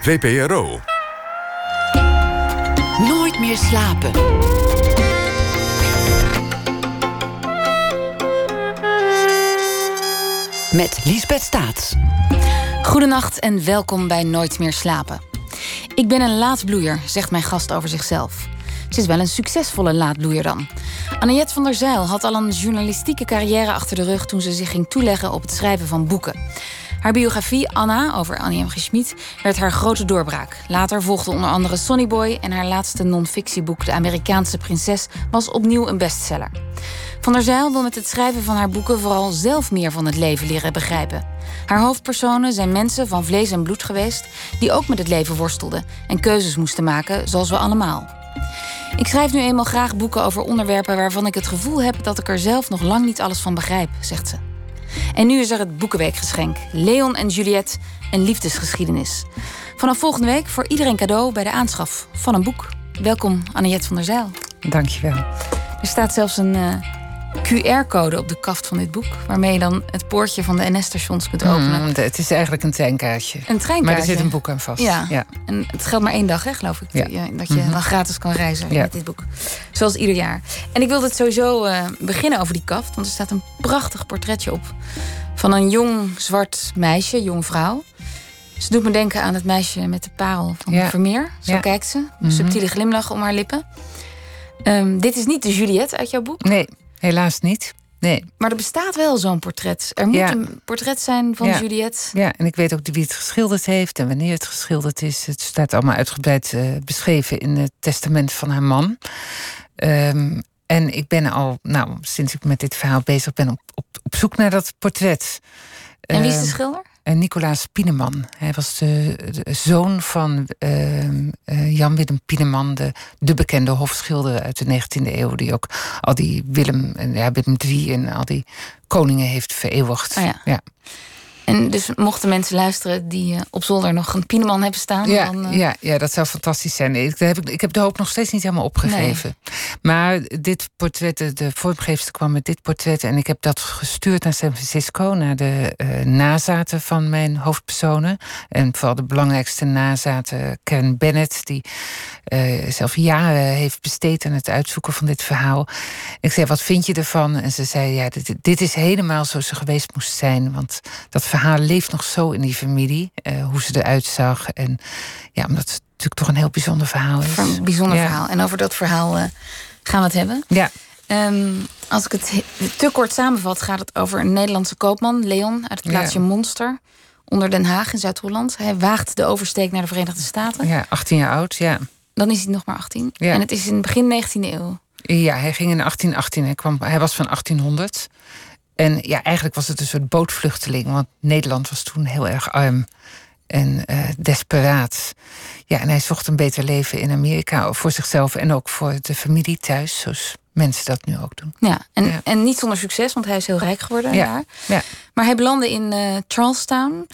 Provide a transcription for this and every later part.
VPRO. Nooit meer slapen. Met Liesbeth Staats. Goedenacht en welkom bij Nooit meer slapen. Ik ben een laatbloeier, zegt mijn gast over zichzelf. Ze is wel een succesvolle laatbloeier dan. Anniette van der Zijl had al een journalistieke carrière achter de rug toen ze zich ging toeleggen op het schrijven van boeken. Haar biografie, Anna, over Annie M. G. Schmid, werd haar grote doorbraak. Later volgde onder andere Sonny Boy en haar laatste non-fictieboek, De Amerikaanse Prinses, was opnieuw een bestseller. Van der Zijl wil met het schrijven van haar boeken vooral zelf meer van het leven leren begrijpen. Haar hoofdpersonen zijn mensen van vlees en bloed geweest die ook met het leven worstelden en keuzes moesten maken, zoals we allemaal. Ik schrijf nu eenmaal graag boeken over onderwerpen waarvan ik het gevoel heb dat ik er zelf nog lang niet alles van begrijp, zegt ze. En nu is er het Boekenweekgeschenk. Leon en Juliette, een liefdesgeschiedenis. Vanaf volgende week voor iedereen cadeau bij de aanschaf van een boek. Welkom, Anniette van der Zijl. Dankjewel. Er staat zelfs een QR-code op de kaft van dit boek, waarmee je dan het poortje van de NS-stations kunt openen. Het is eigenlijk een treinkaartje. Een treinkaartje? Maar er zit een boek aan vast. Ja. En het geldt maar 1 dag, hè, geloof ik. Ja. Dat je dan gratis kan reizen met dit boek. Zoals ieder jaar. En ik wilde het sowieso beginnen over die kaft, want er staat een prachtig portretje op van een jong zwart meisje, jong vrouw. Ze doet me denken aan het meisje met de parel van Vermeer. Zo kijkt ze. Een subtiele glimlach om haar lippen. Dit is niet de Juliette uit jouw boek? Nee, helaas niet. Nee. Maar er bestaat wel zo'n portret. Er moet een portret zijn van Juliette. Ja, en ik weet ook wie het geschilderd heeft en wanneer het geschilderd is. Het staat allemaal uitgebreid beschreven in het testament van haar man. En ik ben al, sinds ik met dit verhaal bezig ben, op zoek naar dat portret. En wie is de schilder? Nicolaas Pieneman. Hij was de zoon van Jan Willem Pieneman, de bekende hofschilder uit de 19e eeuw, die ook al die Willem III en al die koningen heeft vereeuwigd. Oh ja. En dus mochten mensen luisteren die op zolder nog een Pieneman hebben staan? Ja, dat zou fantastisch zijn. Ik heb de hoop nog steeds niet helemaal opgegeven. Nee. Maar dit portret, de vormgeefster kwam met dit portret en ik heb dat gestuurd naar San Francisco, naar de nazaten van mijn hoofdpersonen. En vooral de belangrijkste nazaten, Karen Bennett, die zelf jaren heeft besteed aan het uitzoeken van dit verhaal. Ik zei, wat vind je ervan? En ze zei, dit is helemaal zoals ze geweest moest zijn, want dat verhaal leeft nog zo in die familie, hoe ze eruit zag. En omdat het natuurlijk toch een heel bijzonder verhaal is. Een bijzonder verhaal. En over dat verhaal gaan we het hebben. Ja. Als ik het te kort samenvat, gaat het over een Nederlandse koopman, Leon, uit het plaatsje Monster, onder Den Haag in Zuid-Holland. Hij waagt de oversteek naar de Verenigde Staten. Ja, 18 jaar oud, Dan is hij nog maar 18. Ja. En het is in begin 19e eeuw. Ja, hij ging in 1818. Hij was van 1800. En eigenlijk was het een soort bootvluchteling, want Nederland was toen heel erg arm en desperaat. Ja, en hij zocht een beter leven in Amerika voor zichzelf en ook voor de familie thuis, zoals mensen dat nu ook doen. Ja, en niet zonder succes, want hij is heel rijk geworden daar. Ja. Maar hij belandde in Charleston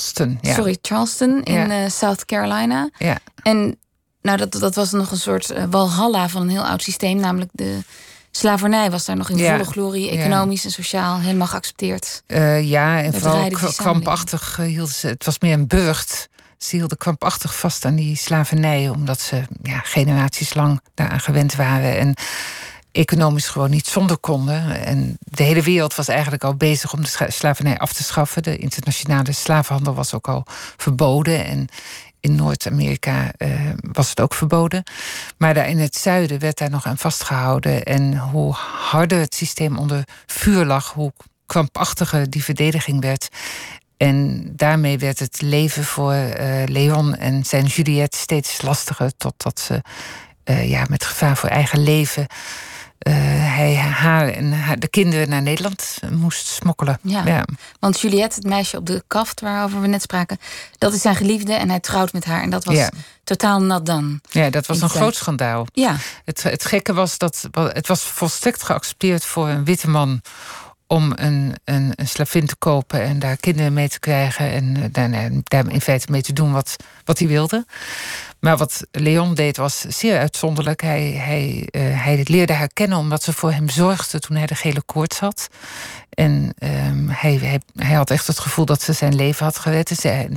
in South Carolina. Ja. En dat was nog een soort walhalla van een heel oud systeem, namelijk de slavernij was daar nog in volle glorie, economisch en sociaal helemaal geaccepteerd. En vooral krampachtig hielden ze. Het was meer een burcht. Ze hielden krampachtig vast aan die slavernij, omdat ze generaties lang daaraan gewend waren en economisch gewoon niet zonder konden. En de hele wereld was eigenlijk al bezig om de slavernij af te schaffen. De internationale slavenhandel was ook al verboden en in Noord-Amerika was het ook verboden. Maar daar in het zuiden werd daar nog aan vastgehouden. En hoe harder het systeem onder vuur lag, hoe krampachtiger die verdediging werd. En daarmee werd het leven voor Leon en zijn Juliette steeds lastiger, totdat ze met gevaar voor eigen leven hij haar en de kinderen naar Nederland moest smokkelen. Ja. Want Juliette, het meisje op de kaft waarover we net spraken, dat is zijn geliefde en hij trouwt met haar. En dat was totaal nat dan. Ja, dat was een groot schandaal. Ja. Het gekke was dat het was volstrekt geaccepteerd voor een witte man om een slavin te kopen en daar kinderen mee te krijgen en daar in feite mee te doen wat hij wilde. Maar wat Leon deed was zeer uitzonderlijk. Hij leerde haar kennen omdat ze voor hem zorgde toen hij de gele koorts had. En hij had echt het gevoel dat ze zijn leven had gered.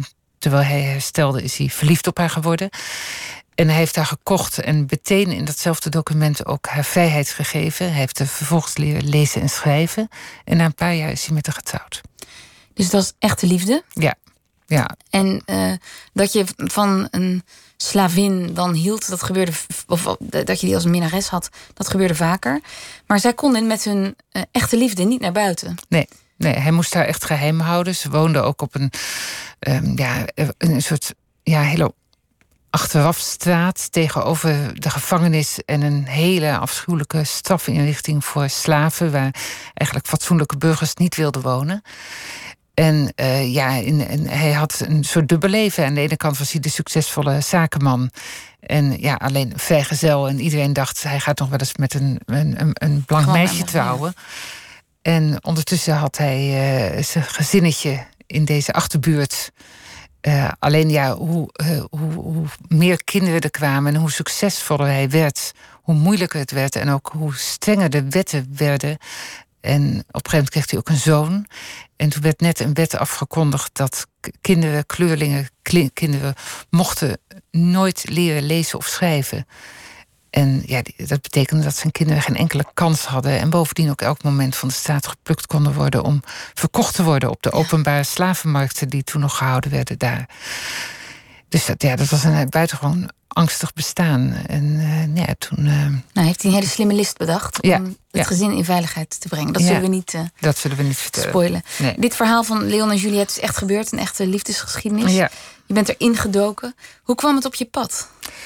terwijl hij herstelde, is hij verliefd op haar geworden. En hij heeft haar gekocht en meteen in datzelfde document ook haar vrijheid gegeven. Hij heeft haar vervolgens leren lezen en schrijven. En na een paar jaar is hij met haar getrouwd. Dus dat was echte liefde? Ja. En dat je van een slavin dan hield, dat gebeurde, of dat je die als minnares had, dat gebeurde vaker. Maar zij konden met hun echte liefde niet naar buiten. Nee, hij moest haar echt geheim houden. Ze woonden ook op een soort hele achterafstraat tegenover de gevangenis en een hele afschuwelijke strafinrichting voor slaven, waar eigenlijk fatsoenlijke burgers niet wilden wonen. En hij had een soort dubbelleven. Aan de ene kant was hij de succesvolle zakenman. En alleen vrijgezel. En iedereen dacht, hij gaat nog wel eens met een blank meisje trouwen. Ja. En ondertussen had hij zijn gezinnetje in deze achterbuurt. Hoe meer kinderen er kwamen en hoe succesvoller hij werd, hoe moeilijker het werd en ook hoe strenger de wetten werden. En op een gegeven moment kreeg hij ook een zoon. En toen werd net een wet afgekondigd dat kinderen mochten nooit leren lezen of schrijven. En dat betekende dat zijn kinderen geen enkele kans hadden. En bovendien ook elk moment van de straat geplukt konden worden om verkocht te worden op de openbare slavenmarkten die toen nog gehouden werden daar. Dus dat was een buitengewoon angstig bestaan. En toen... heeft hij een hele slimme list bedacht om het gezin in veiligheid te brengen. Dat zullen we niet vertellen. Spoilen. Nee. Dit verhaal van Leon en Juliette is echt gebeurd. Een echte liefdesgeschiedenis. Ja. Je bent erin gedoken. Hoe kwam het op je pad?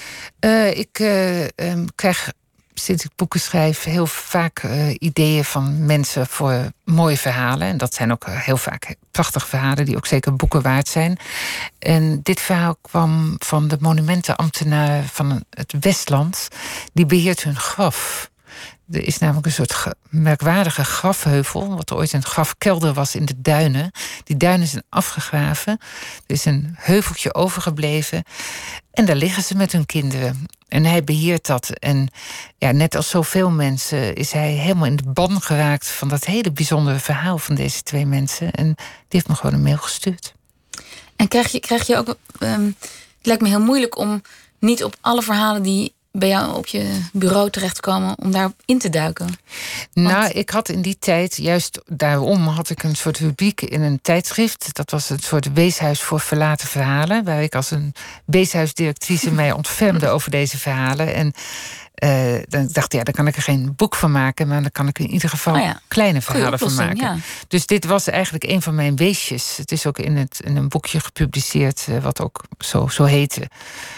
Ik krijg, sinds ik boeken schrijf, heel vaak ideeën van mensen voor mooie verhalen. En dat zijn ook heel vaak prachtige verhalen die ook zeker boeken waard zijn. En dit verhaal kwam van de monumentenambtenaar van het Westland. Die beheert hun graf. Er is namelijk een soort merkwaardige grafheuvel, wat ooit een grafkelder was in de duinen. Die duinen zijn afgegraven. Er is een heuveltje overgebleven. En daar liggen ze met hun kinderen. En hij beheert dat. En net als zoveel mensen is hij helemaal in de ban geraakt van dat hele bijzondere verhaal van deze twee mensen. En die heeft me gewoon een mail gestuurd. En krijg je ook... het lijkt me heel moeilijk om niet op alle verhalen die bij jou op je bureau terechtkomen om daarop in te duiken? Nou, ik had in die tijd, juist daarom had ik een soort rubriek in een tijdschrift. Dat was een soort weeshuis voor verlaten verhalen, waar ik als een weeshuisdirectrice mij ontfermde over deze verhalen. En dan dacht ik, daar kan ik er geen boek van maken, maar dan kan ik in ieder geval kleine verhalen van maken. Ja. Dus dit was eigenlijk een van mijn weesjes. Het is ook in een boekje gepubliceerd, wat ook zo heette.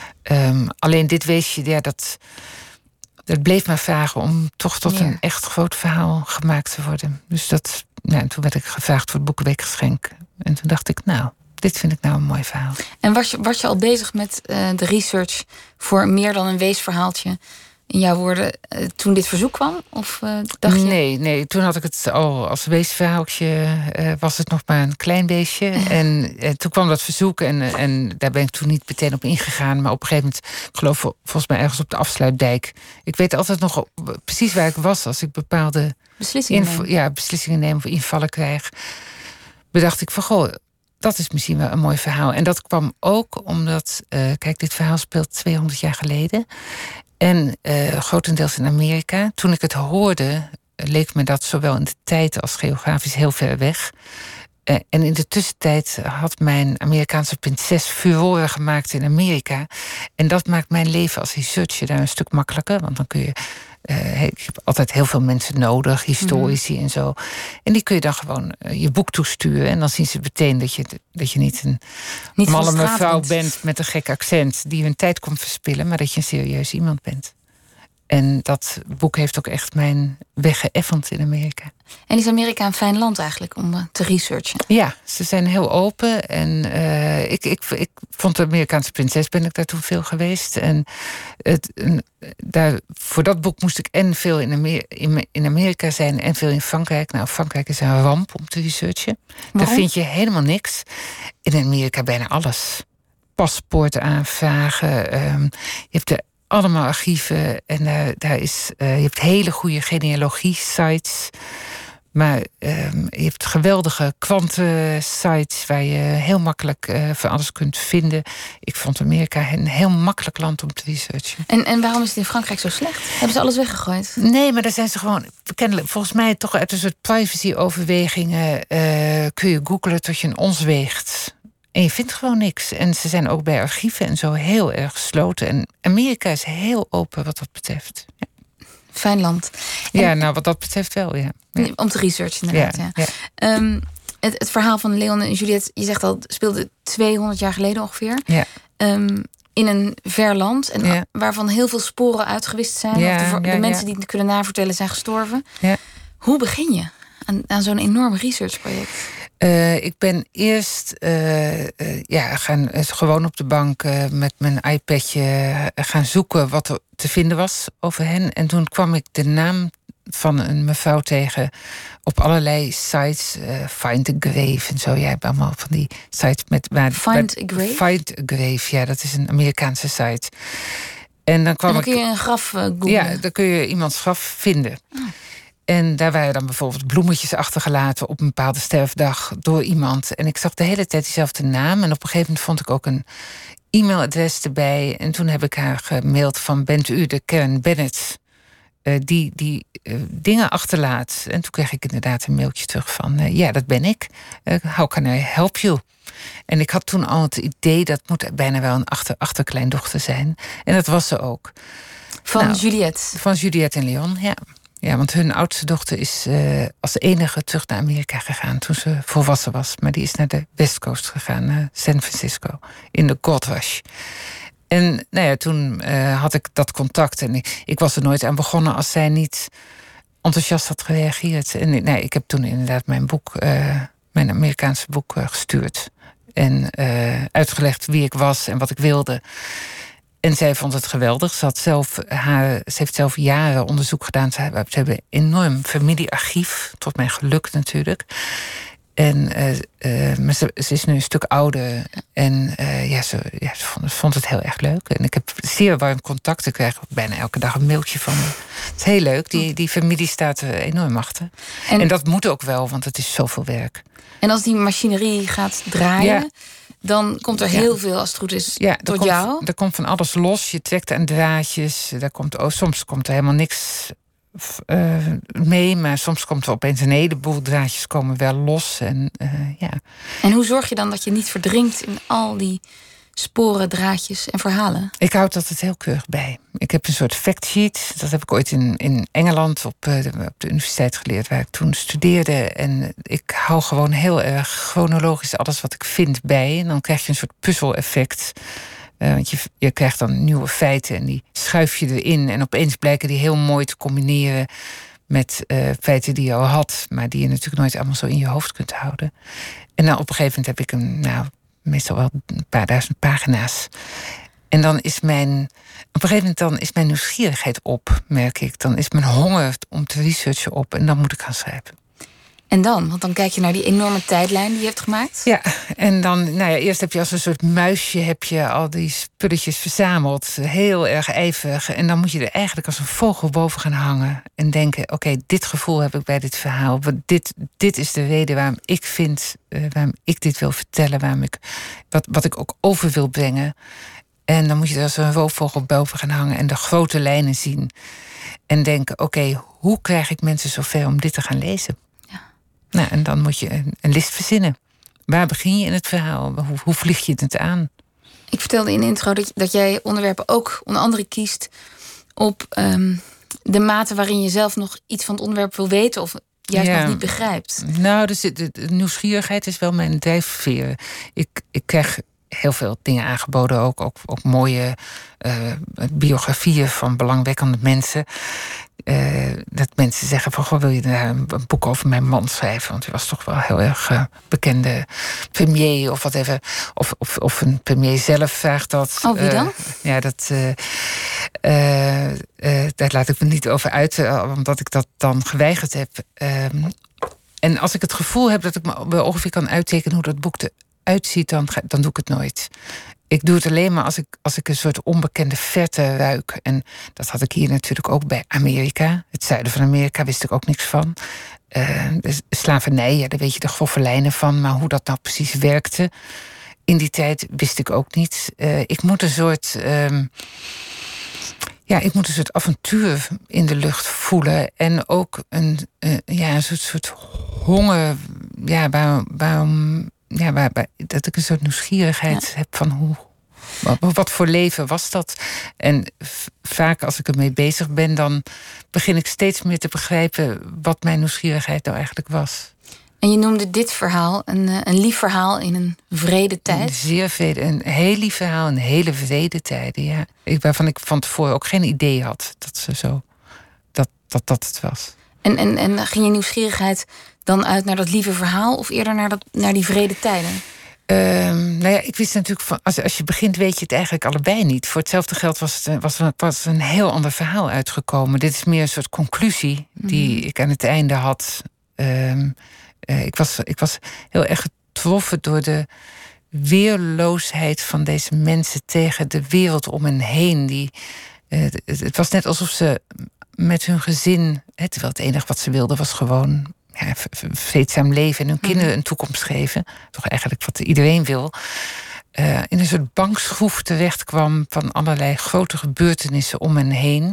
Alleen dit weesje, dat bleef maar vragen om toch tot een echt groot verhaal gemaakt te worden. Dus toen werd ik gevraagd voor het Boekenweekgeschenk. En toen dacht ik, dit vind ik een mooi verhaal. En was je al bezig met de research voor meer dan een weesverhaaltje? In jouw woorden, toen dit verzoek kwam? Of dacht je... Nee, toen had ik het al als weesverhaaltje. Was het nog maar een klein beestje. En toen kwam dat verzoek en daar ben ik toen niet meteen op ingegaan. Maar op een gegeven moment, ik geloof volgens mij ergens op de Afsluitdijk. Ik weet altijd nog precies waar ik was als ik bepaalde beslissingen neem of invallen krijg. Bedacht ik van, dat is misschien wel een mooi verhaal. En dat kwam ook omdat, dit verhaal speelt 200 jaar geleden. En grotendeels in Amerika. Toen ik het hoorde, leek me dat zowel in de tijd als geografisch heel ver weg. En in de tussentijd had mijn Amerikaanse prinses furoren gemaakt in Amerika. En dat maakt mijn leven als researcher daar een stuk makkelijker. Want dan kun je... ik heb altijd heel veel mensen nodig, historici en zo. En die kun je dan gewoon je boek toesturen. En dan zien ze meteen dat je niet een malle mevrouw bent met een gek accent die hun tijd komt verspillen, maar dat je een serieus iemand bent. En dat boek heeft ook echt mijn weg geëffend in Amerika. En is Amerika een fijn land eigenlijk om te researchen? Ja, ze zijn heel open. En ik vond de Amerikaanse prinses, ben ik daar toen veel geweest. En voor dat boek moest ik en veel in Amerika zijn en veel in Frankrijk. Nou, Frankrijk is een ramp om te researchen. Waarom? Daar vind je helemaal niks. In Amerika bijna alles. Paspoort aanvragen. Je hebt allemaal archieven. En je hebt hele goede genealogie-sites. Maar je hebt geweldige kwantensites waar je heel makkelijk van alles kunt vinden. Ik vond Amerika een heel makkelijk land om te researchen. En waarom is het in Frankrijk zo slecht? Hebben ze alles weggegooid? Nee, maar daar zijn ze gewoon kennelijk, volgens mij toch uit een soort privacy-overwegingen kun je googlen tot je een ons weegt. En je vindt gewoon niks. En ze zijn ook bij archieven en zo heel erg gesloten. En Amerika is heel open wat dat betreft. Ja. Fijn land. Ja, nou wat dat betreft wel, ja. Om te researchen inderdaad, ja. Het verhaal van Leon en Juliette, je zegt al, speelde 200 jaar geleden ongeveer. Ja. In een ver land. En waarvan heel veel sporen uitgewist zijn. Ja, de mensen die het kunnen navertellen zijn gestorven. Ja. Hoe begin je aan zo'n enorm researchproject? Ik ben eerst gewoon op de bank met mijn iPadje gaan zoeken wat er te vinden was over hen. En toen kwam ik de naam van een mevrouw tegen op allerlei sites. Find a Grave en zo. Jij hebt allemaal van die sites met... Find a Grave? Find a Grave, ja, dat is een Amerikaanse site. En dan kun je een graf googlen? Ja, dan kun je iemands graf vinden. Oh. En daar waren dan bijvoorbeeld bloemetjes achtergelaten op een bepaalde sterfdag door iemand. En ik zag de hele tijd diezelfde naam. En op een gegeven moment vond ik ook een e-mailadres erbij. En toen heb ik haar gemaild van, bent u de Karen Bennett die dingen achterlaat? En toen kreeg ik inderdaad een mailtje terug van, ja, dat ben ik. How can I help you? En ik had toen al het idee, dat moet bijna wel een achterkleindochter zijn. En dat was ze ook. Van Juliette? Van Juliette en Leon, ja. Ja, want hun oudste dochter is als enige terug naar Amerika gegaan toen ze volwassen was. Maar die is naar de West Coast gegaan, naar San Francisco, in de Gold Rush. En nou ja, toen had ik dat contact en ik was er nooit aan begonnen als zij niet enthousiast had gereageerd. En ik heb toen inderdaad mijn Amerikaanse boek gestuurd. En uitgelegd wie ik was en wat ik wilde. En zij vond het geweldig. Ze heeft zelf jaren onderzoek gedaan. Ze hebben een enorm familiearchief. Tot mijn geluk natuurlijk. En maar ze is nu een stuk ouder. En ze vond het heel erg leuk. En ik heb zeer warm contact. Ik krijg bijna elke dag een mailtje van me. Het is heel leuk. Die familie staat er enorm achter. En dat moet ook wel, want het is zoveel werk. En als die machinerie gaat draaien... Ja. Dan komt er heel veel, als het goed is, tot jou. Er komt van alles los. Je trekt aan draadjes. Soms komt er helemaal niks mee. Maar soms komt er opeens een heleboel draadjes komen wel los. En hoe zorg je dan dat je niet verdrinkt in al die sporen, draadjes en verhalen? Ik houd dat het heel keurig bij. Ik heb een soort factsheet. Dat heb ik ooit in Engeland op de universiteit geleerd, waar ik toen studeerde. En ik hou gewoon heel erg chronologisch alles wat ik vind bij. En dan krijg je een soort puzzel-effect. Want je krijgt dan nieuwe feiten en die schuif je erin. En opeens blijken die heel mooi te combineren met feiten die je al had, maar die je natuurlijk nooit allemaal zo in je hoofd kunt houden. En dan op een gegeven moment heb ik meestal wel een paar duizend pagina's. En dan is op een gegeven moment is mijn nieuwsgierigheid op, merk ik. Dan is mijn honger om te researchen op en dan moet ik gaan schrijven. En dan? Want dan kijk je naar die enorme tijdlijn die je hebt gemaakt. Ja, en dan, eerst heb je als een soort muisje al die spulletjes verzameld. Heel erg ijverig. En dan moet je er eigenlijk als een vogel boven gaan hangen. En denken, oké, dit gevoel heb ik bij dit verhaal. Dit is de reden waarom ik vind, waarom ik dit wil vertellen. Wat ik ook over wil brengen. En dan moet je er als een roofvogel boven gaan hangen en de grote lijnen zien. En denken, oké, hoe krijg ik mensen zover om dit te gaan lezen? Nou, en dan moet je een list verzinnen. Waar begin je in het verhaal? Hoe vlieg je het aan? Ik vertelde in de intro dat jij onderwerpen ook onder andere kiest op de mate waarin je zelf nog iets van het onderwerp wil weten of juist nog niet begrijpt. Nou, dus de nieuwsgierigheid is wel mijn drijfveer. Ik krijg heel veel dingen aangeboden, ook mooie biografieën van belangwekkende mensen. Dat mensen zeggen van, goh, wil je daar een boek over mijn man schrijven? Want hij was toch wel heel erg bekende premier of whatever. Of een premier zelf vraagt dat. Oh, wie dan? Daar laat ik me niet over uit, omdat ik dat dan geweigerd heb. En als ik het gevoel heb dat ik me ongeveer kan uittekenen hoe dat boek eruit ziet, dan doe ik het nooit. Ik doe het alleen maar als ik een soort onbekende verte ruik. En dat had ik hier natuurlijk ook bij Amerika. Het zuiden van Amerika wist ik ook niks van. De slavernij, ja, daar weet je de grove lijnen van. Maar hoe dat nou precies werkte in die tijd wist ik ook niet. Ik moet een soort avontuur in de lucht voelen. En ook een soort honger. Ja, dat ik een soort nieuwsgierigheid heb van wat voor leven was dat? En vaak als ik ermee bezig ben, dan begin ik steeds meer te begrijpen wat mijn nieuwsgierigheid nou eigenlijk was. En je noemde dit verhaal een lief verhaal in een vrede tijd. Een heel lief verhaal in hele vrede tijden, ja. Waarvan ik van tevoren ook geen idee had dat het was. En ging je nieuwsgierigheid dan uit naar dat lieve verhaal of eerder naar die vrede tijden? Ik wist natuurlijk van als je begint weet je het eigenlijk allebei niet. Voor hetzelfde geld was een heel ander verhaal uitgekomen. Dit is meer een soort conclusie die ik aan het einde had. Ik was heel erg getroffen door de weerloosheid van deze mensen tegen de wereld om hen heen. Het was net alsof ze met hun gezin, terwijl het enige wat ze wilden was gewoon vreedzaam leven en hun kinderen een toekomst geven. Toch eigenlijk wat iedereen wil. In een soort bankschroef terecht kwam van allerlei grote gebeurtenissen om hen heen.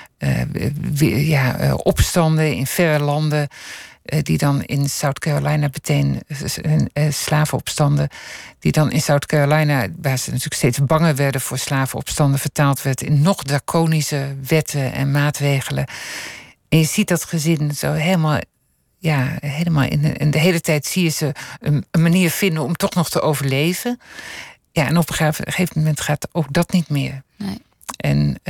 Opstanden in verre landen. Die dan in South Carolina meteen slavenopstanden. Die dan in South Carolina, waar ze natuurlijk steeds banger werden voor slavenopstanden, vertaald werd in nog draconische wetten en maatregelen. En je ziet dat gezin zo helemaal in de hele tijd zie je ze een manier vinden om toch nog te overleven. Ja, en op een gegeven moment gaat ook dat niet meer. Nee. En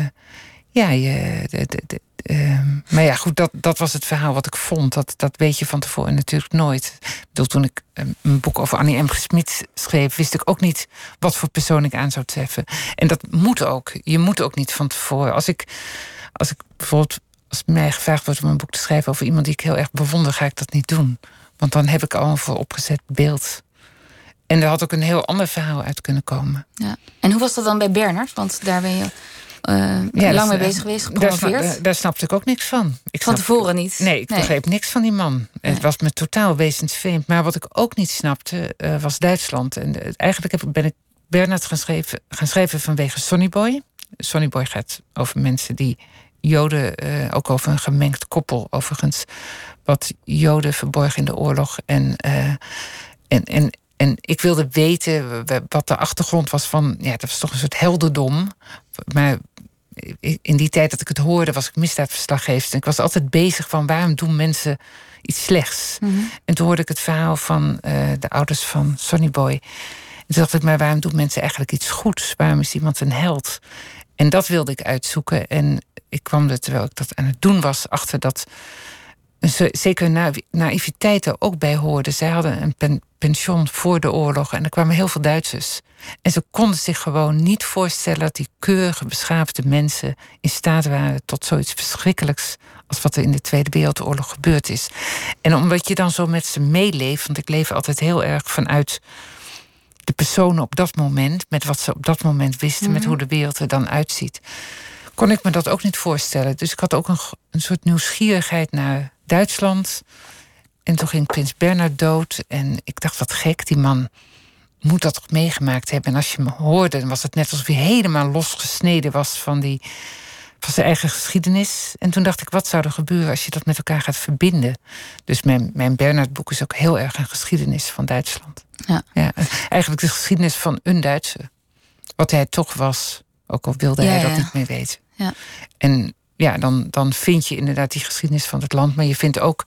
maar ja, goed, dat was het verhaal wat ik vond. Dat weet je van tevoren natuurlijk nooit. Ik bedoel, toen ik een boek over Annie M. G. Schmid schreef, wist ik ook niet wat voor persoon ik aan zou treffen. En dat moet ook. Je moet ook niet van tevoren. Als ik bijvoorbeeld, als mij gevraagd wordt om een boek te schrijven over iemand die ik heel erg bewonder, ga ik dat niet doen. Want dan heb ik al een vooropgezet beeld. En er had ook een heel ander verhaal uit kunnen komen. Ja. En hoe was dat dan bij Bernard? Want daar ben je lang mee bezig geweest, gepromoveerd. Daar snapte ik ook niks van. Van tevoren niet? Nee, ik begreep niks van die man. Nee. Het was me totaal wezensvreemd. Maar wat ik ook niet snapte, was Duitsland. En eigenlijk ben ik Bernard gaan schrijven vanwege Sonny Boy. Sonny Boy gaat over mensen die Joden, ook over een gemengd koppel overigens, wat Joden verborgen in de oorlog. En ik wilde weten wat de achtergrond was van, dat was toch een soort helderdom. Maar in die tijd dat ik het hoorde, was ik misdaadverslaggever. En ik was altijd bezig van waarom doen mensen iets slechts. Mm-hmm. En toen hoorde ik het verhaal van de ouders van Sonny Boy. En toen dacht ik, maar waarom doen mensen eigenlijk iets goeds? Waarom is iemand een held? En dat wilde ik uitzoeken. En ik kwam er, terwijl ik dat aan het doen was, achter dat zeker naïviteit er ook bij hoorde. Zij hadden een pension voor de oorlog en er kwamen heel veel Duitsers. En ze konden zich gewoon niet voorstellen dat die keurige, beschaafde mensen in staat waren tot zoiets verschrikkelijks als wat er in de Tweede Wereldoorlog gebeurd is. En omdat je dan zo met ze meeleeft, want ik leef altijd heel erg vanuit de personen op dat moment, met wat ze op dat moment wisten, met hoe de wereld er dan uitziet, kon ik me dat ook niet voorstellen. Dus ik had ook een soort nieuwsgierigheid naar Duitsland. En toen ging prins Bernhard dood. En ik dacht, wat gek, die man moet dat toch meegemaakt hebben. En als je me hoorde, dan was het net alsof hij helemaal losgesneden was van zijn eigen geschiedenis. En toen dacht ik, wat zou er gebeuren als je dat met elkaar gaat verbinden? Dus mijn Bernhard-boek is ook heel erg een geschiedenis van Duitsland. Ja, eigenlijk de geschiedenis van een Duitser. Wat hij toch was, ook al wilde hij dat niet meer weten. Ja. En dan vind je inderdaad die geschiedenis van het land. Maar je vindt ook,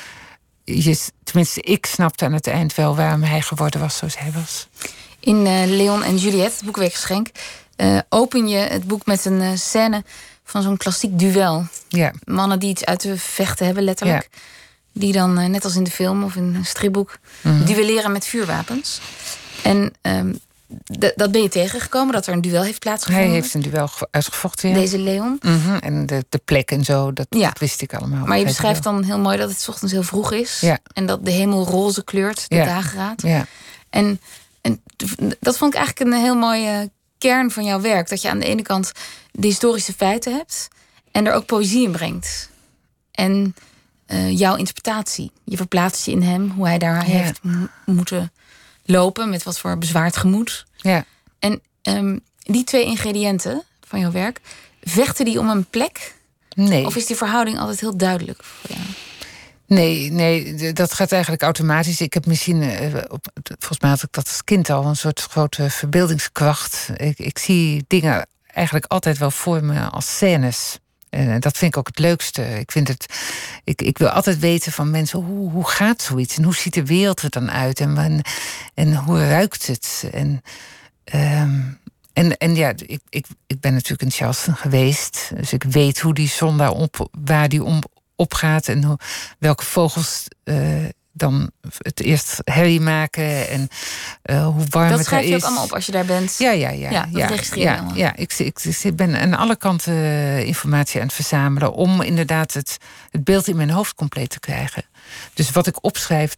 tenminste ik snapte aan het eind wel waarom hij geworden was zoals hij was. In Leon en Juliette, het boekweekgeschenk, open je het boek met een scène van zo'n klassiek duel. Ja. Mannen die iets uit te vechten hebben, letterlijk. Ja. Die dan, net als in de film of in een stripboek, duelleren met vuurwapens. En dat ben je tegengekomen, dat er een duel heeft plaatsgevonden? Hij heeft een duel uitgevochten, ja. Deze Leon. En de plek en zo, dat wist ik allemaal. Maar je beschrijft dan heel mooi dat het 's ochtends heel vroeg is. Ja. En dat de hemel roze kleurt, de dageraad. Ja. En En dat vond ik eigenlijk een heel mooie kern van jouw werk. Dat je aan de ene kant de historische feiten hebt en er ook poëzie in brengt. En jouw interpretatie. Je verplaatst je in hem, hoe hij daar heeft moeten lopen, met wat voor bezwaard gemoed. Ja. En die 2 ingrediënten van jouw werk, vechten die om een plek? Nee. Of is die verhouding altijd heel duidelijk voor jou? Nee, dat gaat eigenlijk automatisch. Ik heb misschien, volgens mij had ik dat als kind al, een soort grote verbeeldingskracht. Ik zie dingen eigenlijk altijd wel voor me als scènes. En dat vind ik ook het leukste. Ik wil altijd weten van mensen, hoe gaat zoiets? En hoe ziet de wereld er dan uit? En hoe ruikt het? En ja, ik ben natuurlijk in Charleston geweest. Dus ik weet hoe die zon waar die opgaat en welke vogels dan het eerst herrie maken en hoe warm het is. Dat schrijf je ook allemaal op als je daar bent? Ja, dat registreer je allemaal. Ja, ik ben aan alle kanten informatie aan het verzamelen om inderdaad het beeld in mijn hoofd compleet te krijgen. Dus wat ik opschrijf,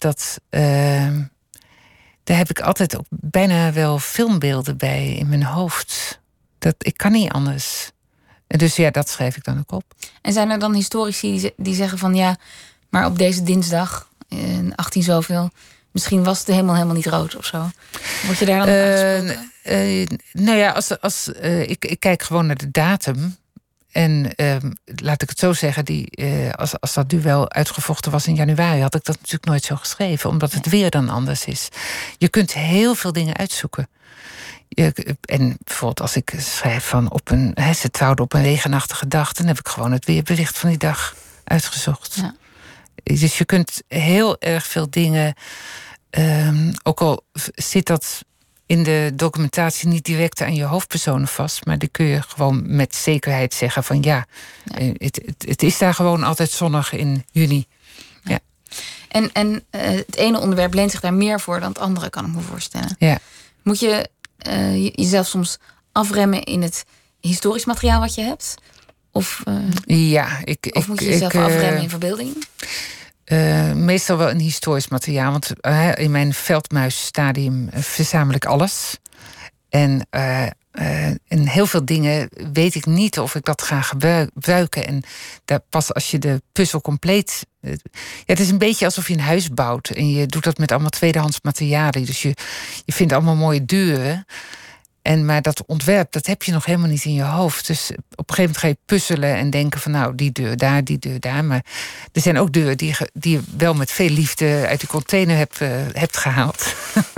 daar heb ik altijd ook bijna wel filmbeelden bij in mijn hoofd. Ik kan niet anders. En dus ja, dat schrijf ik dan ook op. En zijn er dan historici die zeggen van ja, maar op deze dinsdag in 18 zoveel, misschien was de hemel helemaal niet rood of zo? Word je daar dan aangesproken? Nou ja, ik kijk gewoon naar de datum. En laat ik het zo zeggen, als dat duel uitgevochten was in januari, had ik dat natuurlijk nooit zo geschreven, omdat het weer dan anders is. Je kunt heel veel dingen uitzoeken. En bijvoorbeeld als ik schrijf van ze trouwden op een regenachtige dag, dan heb ik gewoon het weerbericht van die dag uitgezocht. Ja. Dus je kunt heel erg veel dingen, ook al zit dat in de documentatie niet direct aan je hoofdpersonen vast, maar die kun je gewoon met zekerheid zeggen van het is daar gewoon altijd zonnig in juni. Ja. En het ene onderwerp leent zich daar meer voor dan het andere, kan ik me voorstellen. Ja. Moet je jezelf soms afremmen in het historisch materiaal wat je hebt? Of moet je jezelf afremmen in verbeelding? Meestal wel in historisch materiaal. Want in mijn veldmuisstadium verzamel ik alles. En heel veel dingen weet ik niet of ik dat ga gebruiken. En pas als je de puzzel compleet... het is een beetje alsof je een huis bouwt. En je doet dat met allemaal tweedehands materialen. Dus je vindt allemaal mooie deuren. Maar dat ontwerp, dat heb je nog helemaal niet in je hoofd. Dus op een gegeven moment ga je puzzelen en denken van nou, die deur daar. Maar er zijn ook deuren die je wel met veel liefde uit de container hebt gehaald.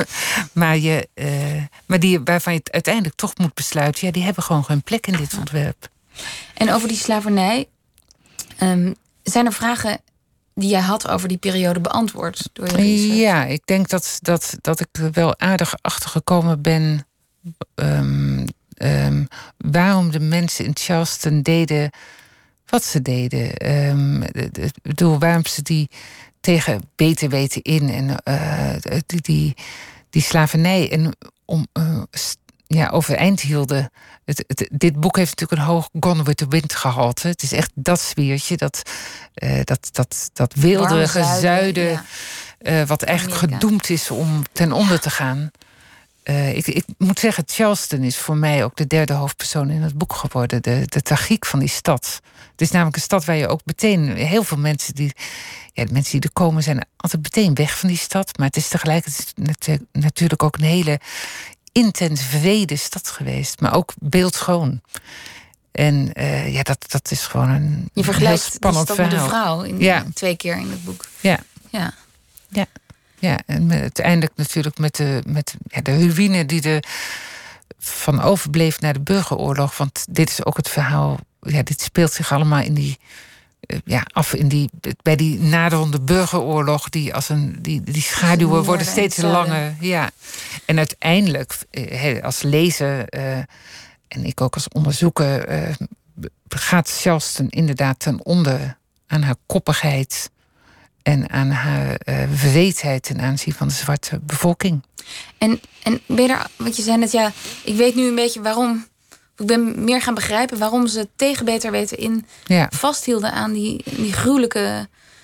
Waarvan je het uiteindelijk toch moet besluiten, die hebben gewoon geen plek in dit ontwerp. En over die slavernij, zijn er vragen die jij had over die periode beantwoord door je research? Ja, ik denk dat ik er wel aardig achter gekomen ben. Waarom de mensen in Charleston deden wat ze deden. Waarom ze die tegen beter weten in en die slavernij overeind hielden. Dit boek heeft natuurlijk een hoog Gone with the Wind gehalte. Het is echt dat sfeertje, dat weelderige zuiden, wat eigenlijk Amerika gedoemd is om ten onder te gaan. Ik moet zeggen, Charleston is voor mij ook de derde hoofdpersoon in het boek geworden. De tragiek van die stad. Het is namelijk een stad waar je ook meteen... Heel veel mensen de mensen die er komen zijn altijd meteen weg van die stad. Maar het is tegelijkertijd natuurlijk ook een hele intens vrede stad geweest. Maar ook beeldschoon. En dat is gewoon een je vergelijkt heel spannend die stad verhaal. met een vrouw 2 keer in het boek. Ja, en uiteindelijk natuurlijk met de ruïne die er van overbleef na de burgeroorlog. Want dit is ook het verhaal. Ja, dit speelt zich allemaal af bij die naderende burgeroorlog. Die schaduwen worden steeds langer. Ja. En uiteindelijk, als lezer en ik ook als onderzoeker, gaat Charleston inderdaad ten onder aan haar koppigheid en aan haar wreedheid ten aanzien van de zwarte bevolking. En ben je daar, want je zei net, ik weet nu een beetje waarom. Ik ben meer gaan begrijpen waarom ze tegen beter weten in vasthielden aan die gruwelijke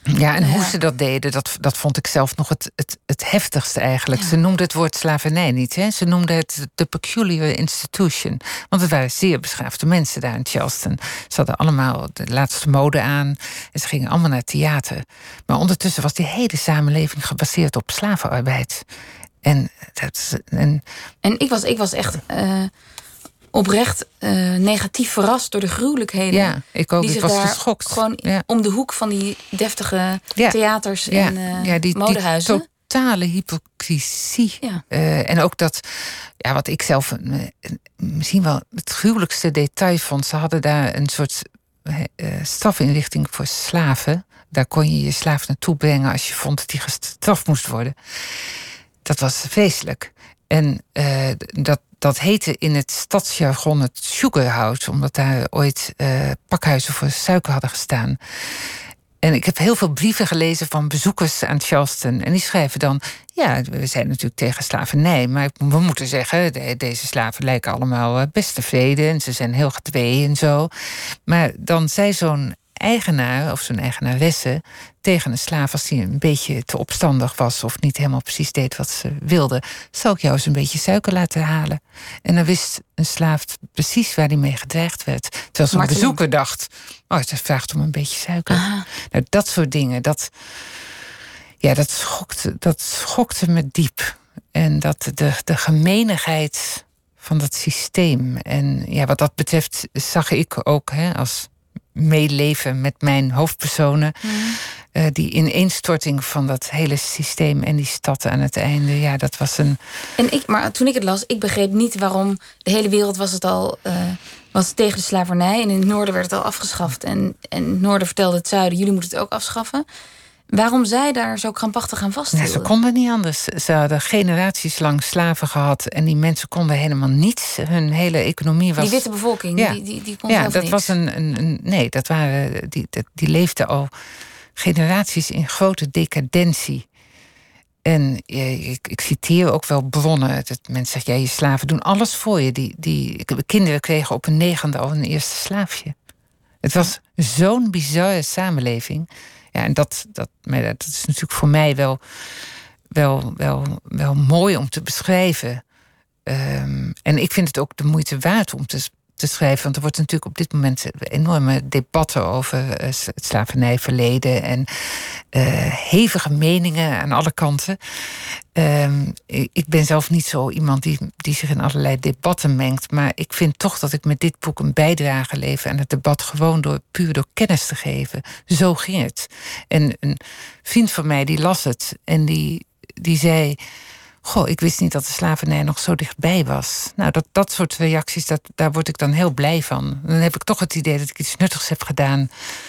Ja, en hoe ze dat deden, dat vond ik zelf nog het heftigste eigenlijk. Ja. Ze noemden het woord slavernij niet. Hè? Ze noemden het de peculiar institution. Want het waren zeer beschaafde mensen daar in Charleston. Ze hadden allemaal de laatste mode aan. En ze gingen allemaal naar theater. Maar ondertussen was die hele samenleving gebaseerd op slavenarbeid. En ik was echt... oprecht negatief verrast door de gruwelijkheden. Ja, ik ook. Ik was geschokt. Gewoon om de hoek van die deftige theaters en modehuizen. Die totale hypocrisie. Ja. En ook dat, wat ik zelf misschien wel het gruwelijkste detail vond. Ze hadden daar een soort strafinrichting voor slaven. Daar kon je je slaaf naartoe brengen als je vond dat hij gestraft moest worden. Dat was vreselijk. En dat heette in het stadsjargon het Sugar House, omdat daar ooit pakhuizen voor suiker hadden gestaan. En ik heb heel veel brieven gelezen van bezoekers aan Charleston. En die schrijven dan, we zijn natuurlijk tegen slavernij, maar we moeten zeggen, deze slaven lijken allemaal best tevreden en ze zijn heel gedwee en zo. Maar dan zei zo'n eigenaar of zo'n eigenaresse tegen een slaaf, als die een beetje te opstandig was of niet helemaal precies deed wat ze wilde, zal ik jou eens een beetje suiker laten halen. En dan wist een slaaf precies waar hij mee gedreigd werd. Terwijl zo'n bezoeker dacht, ze vraagt om een beetje suiker. Aha. Nou, dat soort dingen, dat schokte me diep. En dat de gemeenigheid van dat systeem. En wat dat betreft zag ik ook als meeleven met mijn hoofdpersonen. Die ineenstorting van dat hele systeem en die stad aan het einde. Dat was een... Maar toen ik het las, ik begreep niet waarom de hele wereld was tegen de slavernij. En in het noorden werd het al afgeschaft. En het noorden vertelde het zuiden, jullie moeten het ook afschaffen. Waarom zij daar zo krampachtig aan vasthielden? Ze konden niet anders. Ze hadden generaties lang slaven gehad. En die mensen konden helemaal niets. Hun hele economie was... Die witte bevolking, die kon zelf dat niks. Was nee, dat waren... Die leefden al generaties in grote decadentie. En ik citeer ook wel bronnen. Dat mensen zeggen, je slaven doen alles voor je. Die kinderen kregen op een 9e al een eerste slaafje. Het was zo'n bizarre samenleving. Ja, en dat is natuurlijk voor mij wel mooi om te beschrijven. En ik vind het ook de moeite waard om te schrijven. Want er wordt natuurlijk op dit moment enorme debatten over het slavernijverleden. En hevige meningen aan alle kanten. Ik ben zelf niet zo iemand die zich in allerlei debatten mengt. Maar ik vind toch dat ik met dit boek een bijdrage lever aan het debat. Gewoon puur door kennis te geven. Zo ging het. En een vriend van mij die las het. En die zei... Goh, ik wist niet dat de slavernij nog zo dichtbij was. Nou, dat soort reacties, daar word ik dan heel blij van. Dan heb ik toch het idee dat ik iets nuttigs heb gedaan.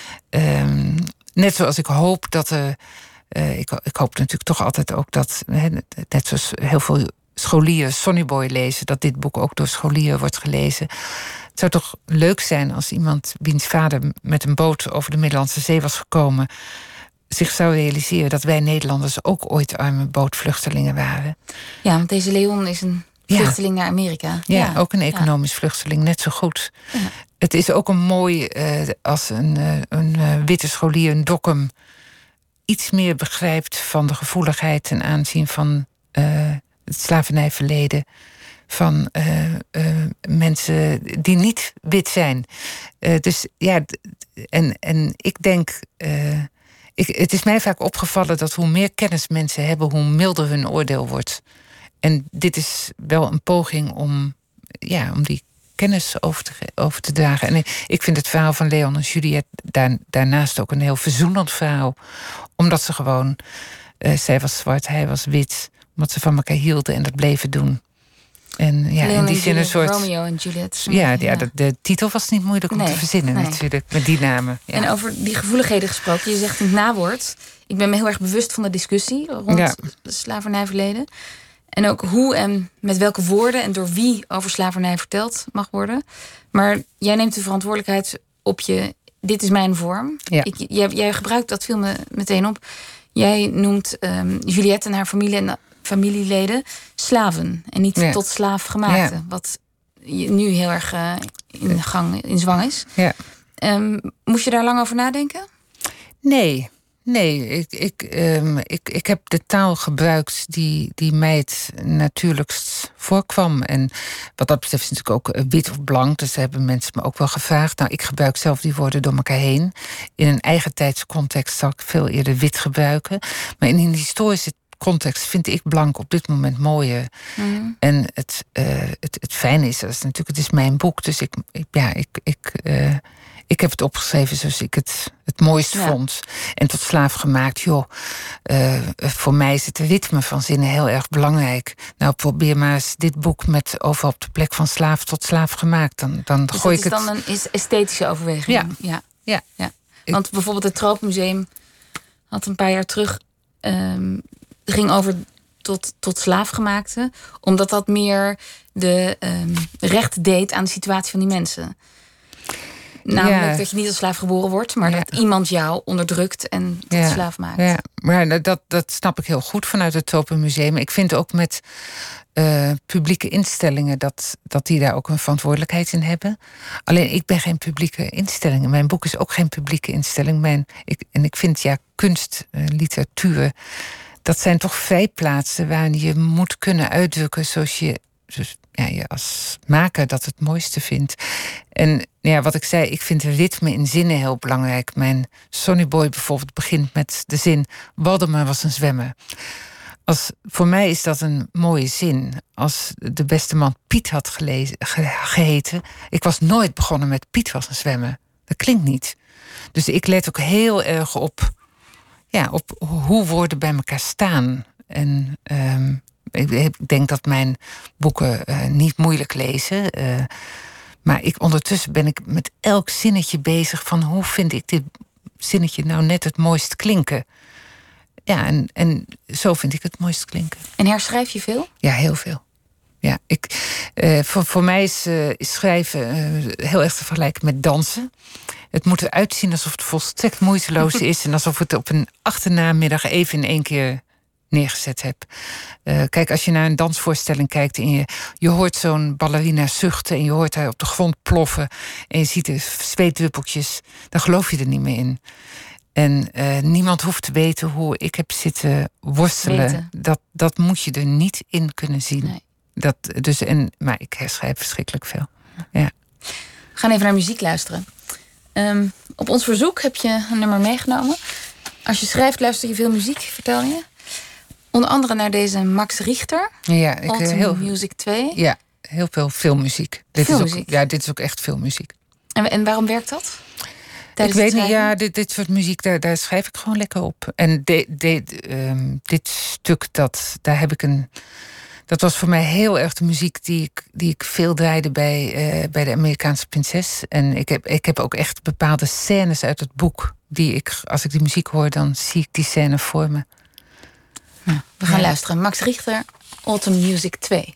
Net zoals ik hoop dat ik hoop natuurlijk toch altijd ook dat... net zoals heel veel scholieren Sonny Boy lezen... dat dit boek ook door scholieren wordt gelezen. Het zou toch leuk zijn als iemand wiens vader met een boot over de Middellandse Zee was gekomen... zich zou realiseren dat wij Nederlanders ook ooit arme bootvluchtelingen waren. Ja, want deze Leon is een vluchteling naar Amerika. Ja, ook een economisch vluchteling, net zo goed. Ja. Het is ook een mooi als een witte scholier, een Dokkum, iets meer begrijpt van de gevoeligheid ten aanzien van het slavernijverleden. Van mensen die niet wit zijn. Dus ja, en ik denk... het is mij vaak opgevallen dat hoe meer kennis mensen hebben, hoe milder hun oordeel wordt. En dit is wel een poging om die kennis over te dragen. En ik vind het verhaal van Leon en Juliette daarnaast ook een heel verzoenend verhaal. Omdat ze gewoon, zij was zwart, hij was wit. Omdat ze van elkaar hielden en dat bleven doen. En ja, Leon in die zin een soort... Romeo en Juliette. Ja, de titel was niet moeilijk om te verzinnen natuurlijk, met die namen. Ja. En over die gevoeligheden gesproken, je zegt in het nawoord... ik ben me heel erg bewust van de discussie rond het slavernijverleden. En ook hoe en met welke woorden en door wie over slavernij verteld mag worden. Maar jij neemt de verantwoordelijkheid op je... dit is mijn vorm. Ja. Jij gebruikt, dat viel me meteen op... jij noemt Juliette en haar familieleden slaven en niet tot slaaf gemaakte. Ja. Wat nu heel erg in zwang is. Ja. Moest je daar lang over nadenken? Nee, Nee, ik heb de taal gebruikt die mij het natuurlijkst voorkwam. En wat dat betreft is het natuurlijk ook wit of blank. Dus hebben mensen me ook wel gevraagd. Nou, ik gebruik zelf die woorden door elkaar heen. In een eigen tijdscontext zal ik veel eerder wit gebruiken. Maar in een historische context vind ik blank op dit moment mooier. Mm. En het fijne is, dat is natuurlijk, het is mijn boek. Dus ik heb het opgeschreven zoals ik het mooist vond. En tot slaaf gemaakt. Voor mij is het ritme van zinnen heel erg belangrijk. Nou, probeer maar eens dit boek met over op de plek van slaaf tot slaaf gemaakt. Dan dus gooi ik het. Dat is dan een esthetische overweging. Ja. Want bijvoorbeeld het Tropenmuseum had een paar jaar terug ging over tot slaafgemaakte, omdat dat meer de recht deed aan de situatie van die mensen. Namelijk dat je niet als slaaf geboren wordt, maar dat iemand jou onderdrukt en tot slaaf maakt. Ja, maar dat snap ik heel goed vanuit het Tropenmuseum. Ik vind ook met publieke instellingen dat die daar ook een verantwoordelijkheid in hebben. Alleen ik ben geen publieke instelling. Mijn boek is ook geen publieke instelling. Ik vind kunst, literatuur, dat zijn toch vrijplaatsen waarin je moet kunnen uitdrukken zoals je als maker dat het mooiste vindt. En wat ik zei, ik vind ritme in zinnen heel belangrijk. Mijn Sonny Boy bijvoorbeeld begint met de zin: Waldemar was een zwemmer. Voor mij is dat een mooie zin. Als de beste man Piet had geheten, ik was nooit begonnen met Piet was een zwemmer. Dat klinkt niet. Dus ik let ook heel erg op hoe woorden bij elkaar staan. En ik denk dat mijn boeken niet moeilijk lezen. Maar ondertussen ben ik met elk zinnetje bezig van hoe vind ik dit zinnetje nou net het mooist klinken. Ja, en zo vind ik het mooist klinken. En herschrijf je veel? Ja, heel veel. Ja, voor mij is schrijven heel erg te vergelijken met dansen. Het moet eruit zien alsof het volstrekt moeiteloos is en alsof het op een achternamiddag even in één keer neergezet heb. Kijk, als je naar een dansvoorstelling kijkt en je hoort zo'n ballerina zuchten en je hoort haar op de grond ploffen en je ziet de zweetdruppeltjes, dan geloof je er niet meer in. En niemand hoeft te weten hoe ik heb zitten worstelen. Dat moet je er niet in kunnen zien. Nee. Maar ik herschrijf verschrikkelijk veel. Ja. We gaan even naar muziek luisteren. Op ons verzoek heb je een nummer meegenomen. Als je schrijft, luister je veel muziek, vertel je. Onder andere naar deze Max Richter. Ja, Music 2. Ja, heel veel filmmuziek. Dit is ook echt filmmuziek. En waarom werkt dat? Ik weet niet, dit soort muziek, daar schrijf ik gewoon lekker op. En dit stuk, daar heb ik dat was voor mij heel erg de muziek die ik veel draaide bij de Amerikaanse Prinses. En ik heb ook echt bepaalde scènes uit het boek die als ik die muziek hoor, dan zie ik die scène voor me. Nou, we gaan luisteren. Max Richter, Autumn Music 2.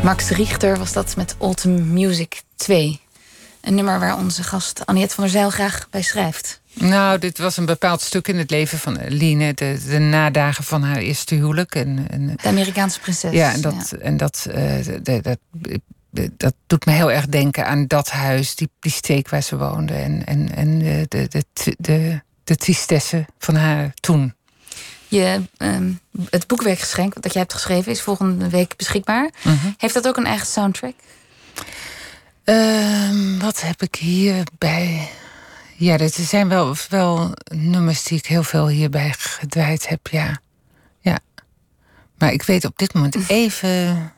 Max Richter was dat met Autumn Music 2. Een nummer waar onze gast Aniette van der Zijl graag bij schrijft. Nou, dit was een bepaald stuk in het leven van Line. De nadagen van haar eerste huwelijk. De Amerikaanse prinses. Ja, dat doet me heel erg denken aan dat huis, die streek waar ze woonde. En de tristesse van haar toen. Het boekwerkgeschenk dat jij hebt geschreven is volgende week beschikbaar. Mm-hmm. Heeft dat ook een eigen soundtrack? Wat heb ik hierbij? Ja, er zijn wel nummers die ik heel veel hierbij gedraaid heb, ja. Maar ik weet op dit moment even...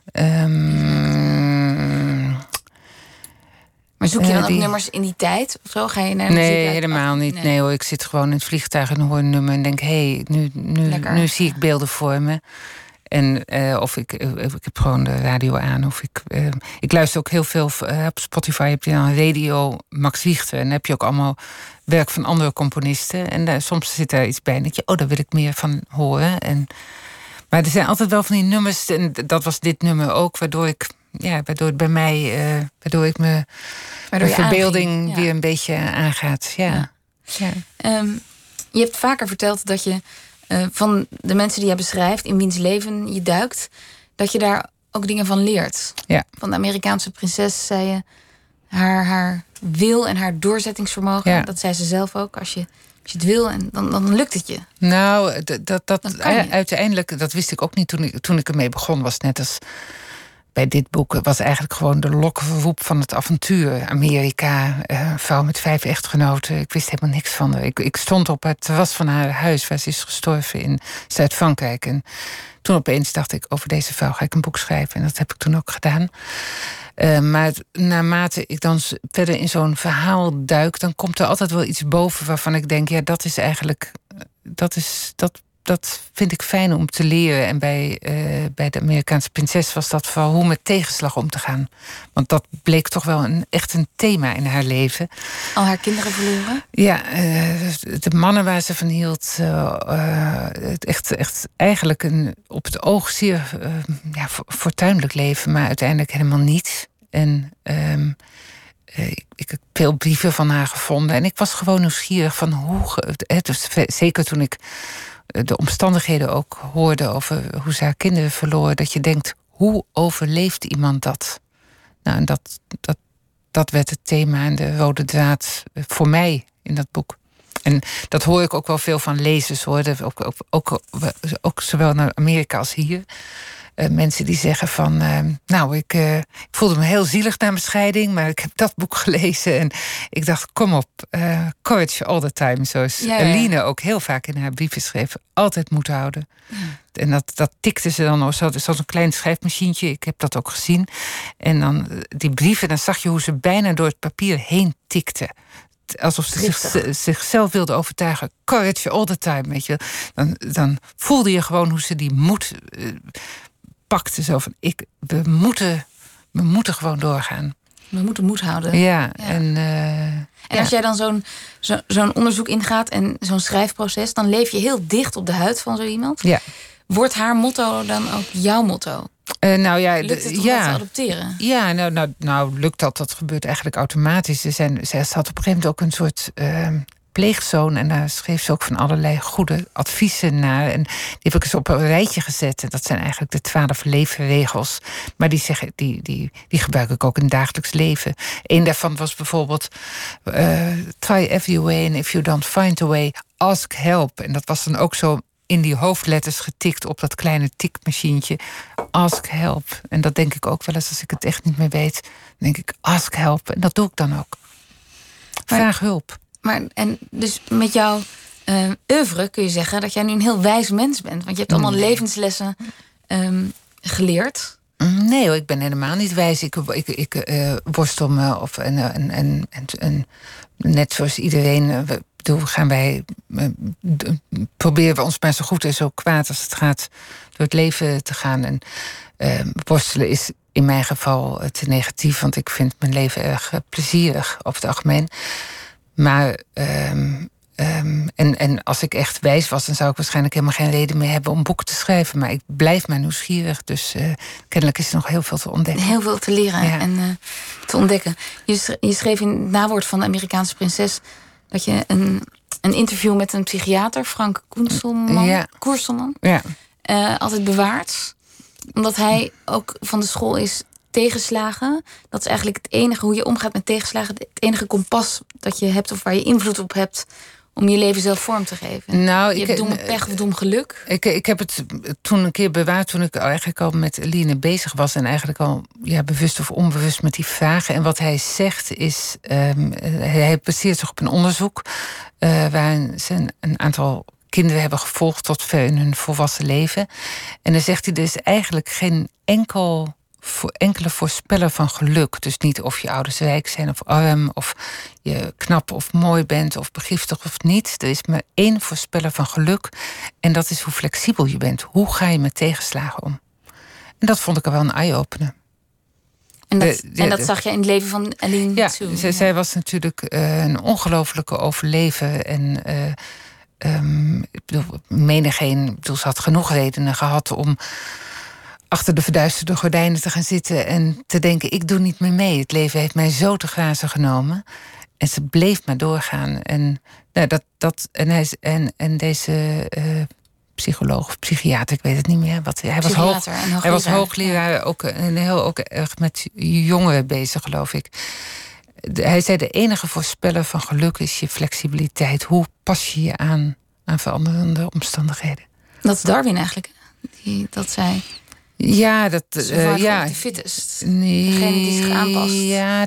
Maar zoek je dan ook nummers in die tijd? Of zo? Ga je naar nee, helemaal niet. Nee hoor, ik zit gewoon in het vliegtuig en hoor een nummer en denk... hé, nu zie ik beelden voor me. En of ik heb gewoon de radio aan. Of ik luister ook heel veel... op Spotify heb je dan radio Max Richter. En dan heb je ook allemaal werk van andere componisten. En soms zit daar iets bij en denk je... daar wil ik meer van horen. Maar er zijn altijd wel van die nummers... en dat was dit nummer ook, waardoor ik mijn verbeelding weer een beetje aangaat. Ja. Je hebt vaker verteld dat je van de mensen die je beschrijft, in wiens leven je duikt, dat je daar ook dingen van leert. Ja. Van de Amerikaanse prinses zei je, haar wil en haar doorzettingsvermogen. Ja. Dat zei ze zelf ook. Als je het wil, en dan lukt het je. Nou, uiteindelijk, dat wist ik ook niet toen ik ermee begon. Was net als bij dit boek, was eigenlijk gewoon de lokroep van het avontuur. Amerika, een vrouw met 5 echtgenoten. Ik wist helemaal niks van haar. Ik stond op het terras van haar huis, waar ze is gestorven in Zuid-Frankrijk. En toen opeens dacht ik, over deze vrouw ga ik een boek schrijven. En dat heb ik toen ook gedaan. Maar naarmate ik dan verder in zo'n verhaal duik, dan komt er altijd wel iets boven waarvan ik denk, ja, dat is eigenlijk, dat vind ik fijn om te leren. En bij de Amerikaanse prinses was dat vooral hoe met tegenslag om te gaan. Want dat bleek toch wel echt een thema in haar leven. Al haar kinderen verloren? Ja, de mannen waar ze van hield, echt eigenlijk een op het oog zeer fortuinlijk leven, maar uiteindelijk helemaal niet. En ik heb veel brieven van haar gevonden. En ik was gewoon nieuwsgierig van zeker toen ik de omstandigheden ook hoorde over hoe ze haar kinderen verloor, dat je denkt, hoe overleeft iemand dat? Nou, en dat werd het thema en de rode draad voor mij in dat boek. En dat hoor ik ook wel veel van lezers, hoor. Ook zowel naar Amerika als hier. Mensen die zeggen van, ik voelde me heel zielig na mijn scheiding, maar ik heb dat boek gelezen en ik dacht, kom op, courage all the time, zoals Line ook heel vaak in haar brieven schreef, altijd moed houden. Ja. En dat tikte ze dan zo'n klein schrijfmachientje, ik heb dat ook gezien. En dan die brieven, dan zag je hoe ze bijna door het papier heen tikte. Alsof ze zichzelf wilde overtuigen. Courage all the time, weet je. Dan voelde je gewoon hoe ze die moed pakte. Zo van, we moeten gewoon doorgaan. We moeten moed houden. Ja. En als jij dan zo'n onderzoek ingaat en zo'n schrijfproces, dan leef je heel dicht op de huid van zo iemand. Ja. Wordt haar motto dan ook jouw motto? Lukt het om dat te adopteren? Ja, nou lukt dat. Dat gebeurt eigenlijk automatisch. Zij had op een gegeven moment ook een soort pleegzoon. En daar schreef ze ook van allerlei goede adviezen naar. En die heb ik eens op een rijtje gezet. En dat zijn eigenlijk de 12 leefregels. Maar die gebruik ik ook in het dagelijks leven. Eén daarvan was bijvoorbeeld try every way and if you don't find a way, ask help. En dat was dan ook zo in die hoofdletters getikt op dat kleine tikmachientje. Ask help. En dat denk ik ook wel eens als ik het echt niet meer weet. Dan denk ik, ask help. En dat doe ik dan ook. Vraag hulp. Maar en dus met jouw oeuvre kun je zeggen dat jij nu een heel wijs mens bent. Want je hebt allemaal levenslessen geleerd. Nee hoor, ik ben helemaal niet wijs. Ik worstel me en net zoals iedereen proberen we ons maar zo goed en zo kwaad als het gaat door het leven te gaan. En worstelen is in mijn geval te negatief, want ik vind mijn leven erg plezierig over het algemeen. Maar En als ik echt wijs was, dan zou ik waarschijnlijk helemaal geen reden meer hebben om boeken te schrijven. Maar ik blijf maar nieuwsgierig. Dus kennelijk is er nog heel veel te ontdekken. Heel veel te leren en te ontdekken. Je schreef in het nawoord van de Amerikaanse prinses dat je een interview met een psychiater, Frank Koerselman, altijd bewaart. Omdat hij ook van de school is tegenslagen. Dat is eigenlijk het enige, hoe je omgaat met tegenslagen, het enige kompas dat je hebt of waar je invloed op hebt om je leven zelf vorm te geven. Nou, je hebt domme pech of dom geluk. Ik heb het toen een keer bewaard toen ik eigenlijk al met Eline bezig was en eigenlijk al bewust of onbewust met die vragen. En wat hij zegt is, hij baseert zich op een onderzoek waarin ze een aantal kinderen hebben gevolgd tot ver in hun volwassen leven. En dan zegt hij, er is eigenlijk geen enkele voorspeller van geluk. Dus niet of je ouders rijk zijn of arm, of je knap of mooi bent, of begiftig of niet. Er is maar één voorspeller van geluk. En dat is hoe flexibel je bent. Hoe ga je met tegenslagen om? En dat vond ik er wel een eye-opener. En dat zag je in het leven van Aline toe. Zij was natuurlijk een ongelofelijke overlever. En ze had genoeg redenen gehad om achter de verduisterde gordijnen te gaan zitten en te denken, ik doe niet meer mee. Het leven heeft mij zo te grazen genomen. En ze bleef maar doorgaan. En deze psycholoog of psychiater, ik weet het niet meer. Hij was hoogleraar, ook erg met jongeren bezig, geloof ik. Hij zei, de enige voorspeller van geluk is je flexibiliteit. Hoe pas je je aan veranderende omstandigheden? Dat is Darwin eigenlijk, dat zei. Ja, de fittest. Nee, degene die zich aanpast. Ja,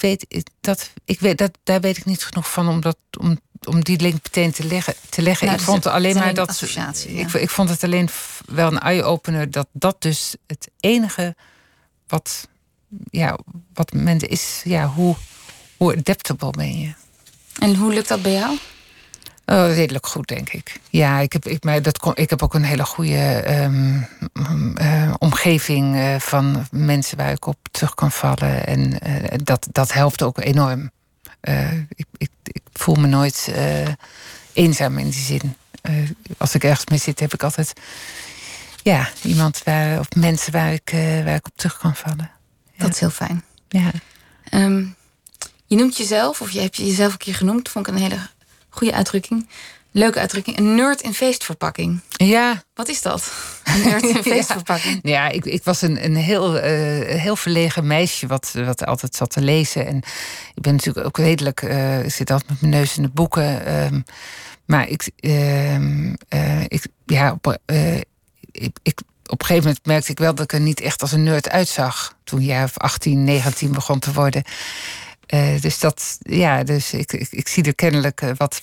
daar weet ik niet genoeg van om die link meteen te leggen. Nou, ik vond alleen maar dat associatie. Ik vond het alleen wel een eye-opener dat dus het enige wat mensen is, hoe adaptable ben je. En hoe lukt dat bij jou? Redelijk goed, denk ik. Ja, ik heb ook een hele goede omgeving van mensen waar ik op terug kan vallen. En dat helpt ook enorm. Ik voel me nooit eenzaam in die zin. Als ik ergens mee zit, heb ik altijd iemand of mensen waar ik op terug kan vallen. Ja. Dat is heel fijn. Ja. Je noemt jezelf, of je hebt jezelf een keer genoemd, vond ik een hele goede uitdrukking. Leuke uitdrukking. Een nerd in feestverpakking. Ja. Wat is dat? Een nerd in feestverpakking. Ja, ik was een heel verlegen meisje wat altijd zat te lezen. En ik ben natuurlijk ook redelijk, ik zit altijd met mijn neus in de boeken. Maar op een gegeven moment merkte ik wel dat ik er niet echt als een nerd uitzag. Toen ik 18, 19 begon te worden. Dus ik zie er kennelijk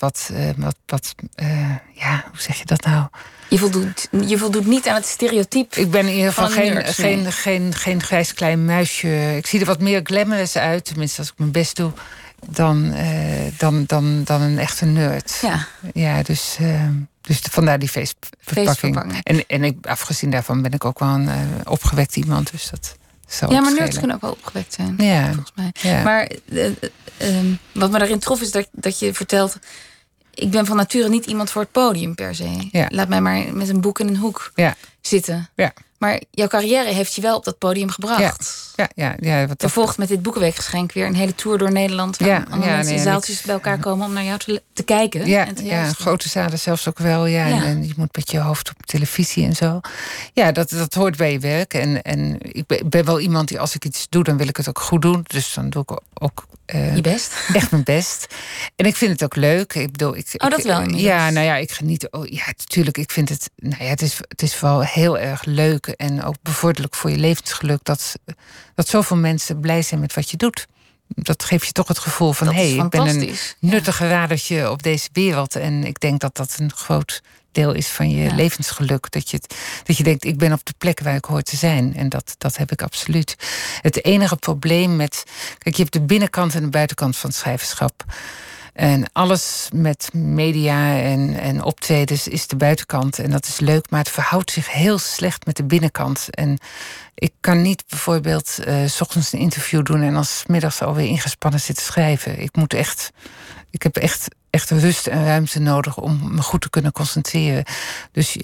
hoe zeg je dat nou? Je voldoet niet aan het stereotype. Ik ben in ieder geval geen grijs klein muisje. Ik zie er wat meer glamorous uit, tenminste als ik mijn best doe, dan een echte nerd. Ja, dus vandaar die feestverpakking. En afgezien daarvan ben ik ook wel een opgewekt iemand, dus dat. Maar nerds kunnen ook wel opgewekt zijn, volgens mij. Ja. Maar wat me daarin trof is dat je vertelt, ik ben van nature niet iemand voor het podium per se. Ja. Laat mij maar met een boek in een hoek zitten. Ja. Maar jouw carrière heeft je wel op dat podium gebracht. Ja. Er volgt met dit Boekenweekgeschenk weer een hele tour door Nederland, waar mensen in zaaltjes bij elkaar komen om naar jou te kijken. Ja, grote zalen zelfs ook wel. En je moet met je hoofd op televisie en zo. Ja, dat hoort bij je werk. En ik ben wel iemand die, als ik iets doe, dan wil ik het ook goed doen. Dus dan doe ik ook je best. Echt mijn best. En ik vind het ook leuk. Ik bedoel, dat wel inmiddels. Ja, ik geniet. Natuurlijk. Ik vind het. Het is vooral heel erg leuk en ook bevorderlijk voor je levensgeluk dat zoveel mensen blij zijn met wat je doet. Dat geeft je toch het gevoel van, ik ben een nuttige radertje op deze wereld. En ik denk dat dat een groot deel is van je levensgeluk. Dat je denkt, ik ben op de plek waar ik hoor te zijn. En dat heb ik absoluut. Het enige probleem kijk, je hebt de binnenkant en de buitenkant van het schrijverschap. En alles met media en optredens is de buitenkant. En dat is leuk, maar het verhoudt zich heel slecht met de binnenkant. En ik kan niet bijvoorbeeld 's ochtends een interview doen en als 's middags alweer ingespannen zitten schrijven. Ik heb echt echt rust en ruimte nodig om me goed te kunnen concentreren. Dus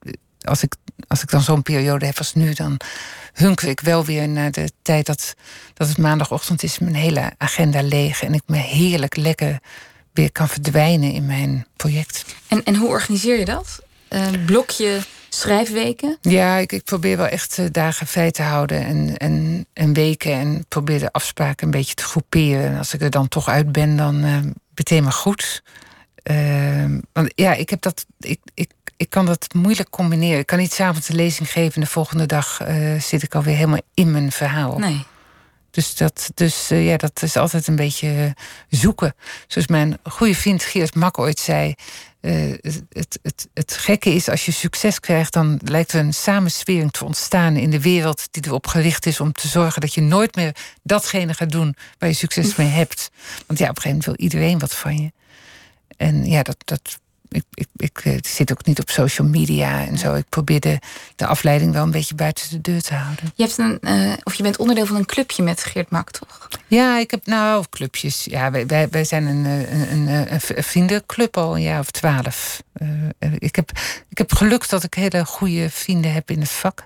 als ik dan zo'n periode heb als nu, dan hunker ik wel weer naar de tijd dat het maandagochtend is, mijn hele agenda leeg en ik me heerlijk lekker weer kan verdwijnen in mijn project. En hoe organiseer je dat? Blok je schrijfweken? Ja, ik probeer wel echt dagen vrij te houden en weken en probeer de afspraken een beetje te groeperen. En als ik er dan toch uit ben, dan meteen maar goed. Want ja, ik kan dat moeilijk combineren. Ik kan niet 's avonds een lezing geven en de volgende dag zit ik alweer helemaal in mijn verhaal. Nee. Dus dat is altijd een beetje zoeken. Zoals mijn goede vriend Geert Mak ooit zei, het gekke is, als je succes krijgt, dan lijkt er een samenswering te ontstaan in de wereld die erop gericht is om te zorgen dat je nooit meer datgene gaat doen waar je succes mee hebt. Want ja, op een gegeven moment wil iedereen wat van je. En ja, ik zit ook niet op social media en zo. Ik probeer de afleiding wel een beetje buiten de deur te houden. Je bent onderdeel van een clubje met Geert Mak, toch? Ja, ik heb clubjes. Ja, wij zijn een vriendenclub al een jaar of 12. Ik heb geluk dat ik hele goede vrienden heb in het vak.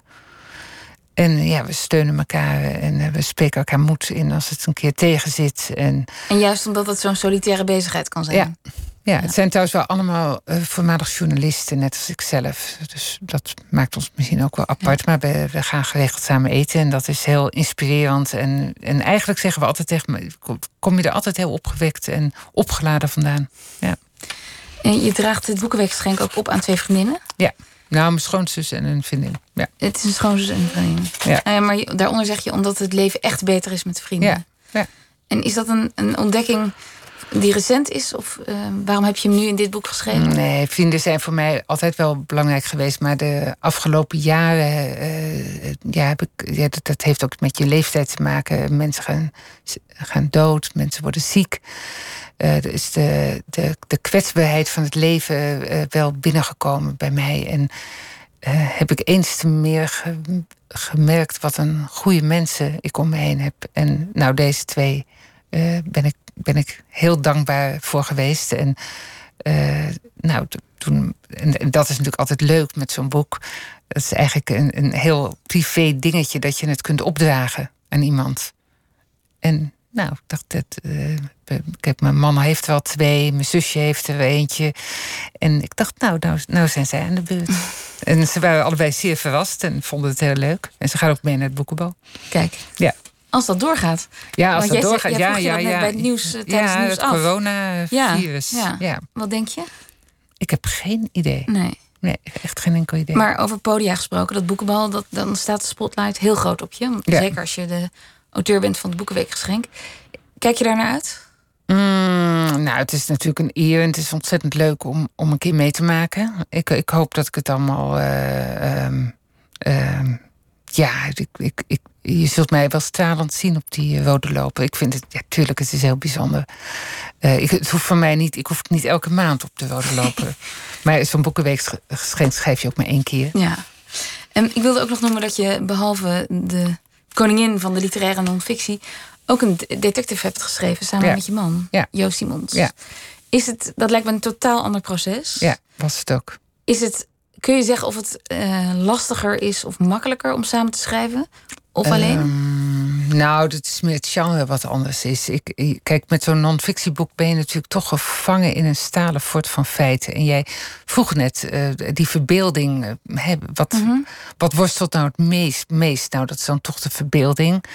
En ja, we steunen elkaar en we spreken elkaar moed in als het een keer tegen zit. En juist omdat het zo'n solitaire bezigheid kan zijn. Ja, het zijn trouwens wel allemaal voormalig journalisten, net als ik zelf. Dus dat maakt ons misschien ook wel apart. Ja. Maar we gaan geregeld samen eten en dat is heel inspirerend. En eigenlijk zeggen we altijd tegen me, kom je er altijd heel opgewekt en opgeladen vandaan. Ja. En je draagt het Boekenweekgeschenk ook op aan 2 vriendinnen? Ja, nou, mijn schoonzus en een vriendin. Ja. Het is een schoonzus en een vriendin. Ja. Maar daaronder zeg je omdat het leven echt beter is met vrienden. Ja. Ja. En is dat een ontdekking die recent is? Of waarom heb je hem nu in dit boek geschreven? Nee, vrienden zijn voor mij altijd wel belangrijk geweest. Maar de afgelopen jaren dat heeft ook met je leeftijd te maken. Mensen gaan dood, mensen worden ziek. Dus de kwetsbaarheid van het leven wel binnengekomen bij mij. En heb ik eens te meer gemerkt wat een goede mensen ik om me heen heb. En nou, deze 2 ben ik heel dankbaar voor geweest. En dat is natuurlijk altijd leuk met zo'n boek. Dat is eigenlijk een heel privé dingetje dat je het kunt opdragen aan iemand. En nou, ik dacht mijn man heeft wel 2, mijn zusje heeft er eentje. En ik dacht, nou zijn zij aan de beurt. En ze waren allebei zeer verrast en vonden het heel leuk. En ze gaan ook mee naar het boekenbal. Kijk. Ja. Als dat doorgaat. Ja, als dat doorgaat. Ja. Bij het nieuws, tijdens het nieuws het coronavirus. Ja. Wat denk je? Ik heb geen idee. Nee, echt geen enkel idee. Maar over podia gesproken, dat boekenbal, dan staat de spotlight heel groot op je. Ja. Zeker als je de auteur bent van het Boekenweekgeschenk. Kijk je daar naar uit? Nou, het is natuurlijk een eer en het is ontzettend leuk om een keer mee te maken. Ik hoop dat ik het allemaal je zult mij wel stralend zien op die rode loper. Ik vind het, tuurlijk, het is heel bijzonder. Het hoeft van mij niet, ik hoef niet elke maand op de rode loper. Maar zo'n Boekenweekgeschenk schrijf je ook maar 1 keer. Ja. En ik wilde ook nog noemen dat je, behalve de koningin van de literaire non-fictie, ook een detective hebt geschreven samen met je man, Joost Simons. Ja. Dat lijkt me een totaal ander proces. Ja, was het ook. Kun je zeggen of het lastiger is of makkelijker om samen te schrijven? Of alleen? Nou, dat is meer het genre wat anders is. Kijk, met zo'n non-fictieboek ben je natuurlijk toch gevangen in een stalen fort van feiten. En jij vroeg net, die verbeelding, wat worstelt nou het meest? Nou, dat is dan toch de verbeelding.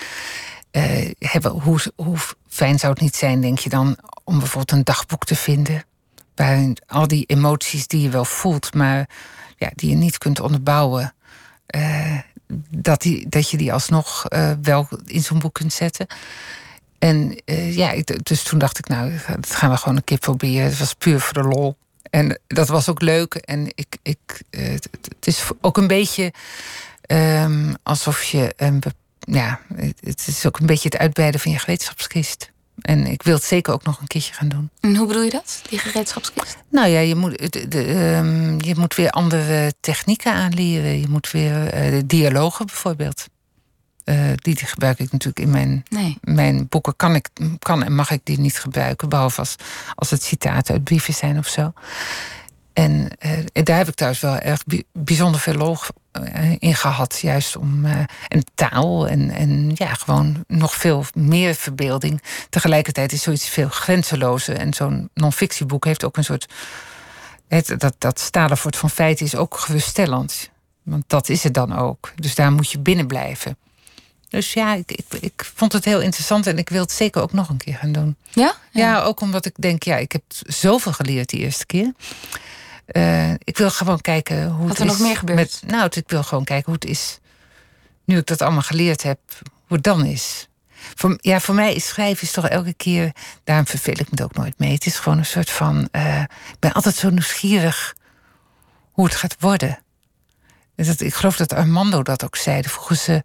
Hoe fijn zou het niet zijn, denk je dan, om bijvoorbeeld een dagboek te vinden, waarin al die emoties die je wel voelt, maar die je niet kunt onderbouwen, dat je die alsnog wel in zo'n boek kunt zetten. En dus toen dacht ik, nou, dat gaan we gewoon een keer proberen. Het was puur voor de lol. En dat was ook leuk. En het is ook een beetje alsof je het is ook een beetje het uitbreiden van je gereedschapskist. En ik wil het zeker ook nog een keertje gaan doen. En hoe bedoel je dat, die gereedschapskist? Nou ja, je moet weer andere technieken aanleren. Je moet weer dialogen bijvoorbeeld. Die gebruik ik natuurlijk in mijn boeken. Kan en mag ik die niet gebruiken. Behalve als het citaten uit brieven zijn of zo. En daar heb ik thuis wel erg bijzonder veel loog in gehad. Juist om en taal en gewoon nog veel meer verbeelding. Tegelijkertijd is zoiets veel grenzelozer. En zo'n non-fictieboek heeft ook een soort... Dat Stadelvoort van feiten is ook geruststellend. Want dat is het dan ook. Dus daar moet je binnen blijven. Dus ja, ik vond het heel interessant. En ik wil het zeker ook nog een keer gaan doen. Ja? Ja, ook omdat ik denk, ik heb zoveel geleerd die eerste keer. Ik wil gewoon kijken hoe wat er nog meer gebeurt. Ik wil gewoon kijken hoe het is. Nu ik dat allemaal geleerd heb, hoe het dan is. Voor mij is schrijven is toch elke keer... Daarom verveel ik me er ook nooit mee. Het is gewoon een soort van... ik ben altijd zo nieuwsgierig hoe het gaat worden. Ik geloof dat Armando dat ook zei. Vroegen ze...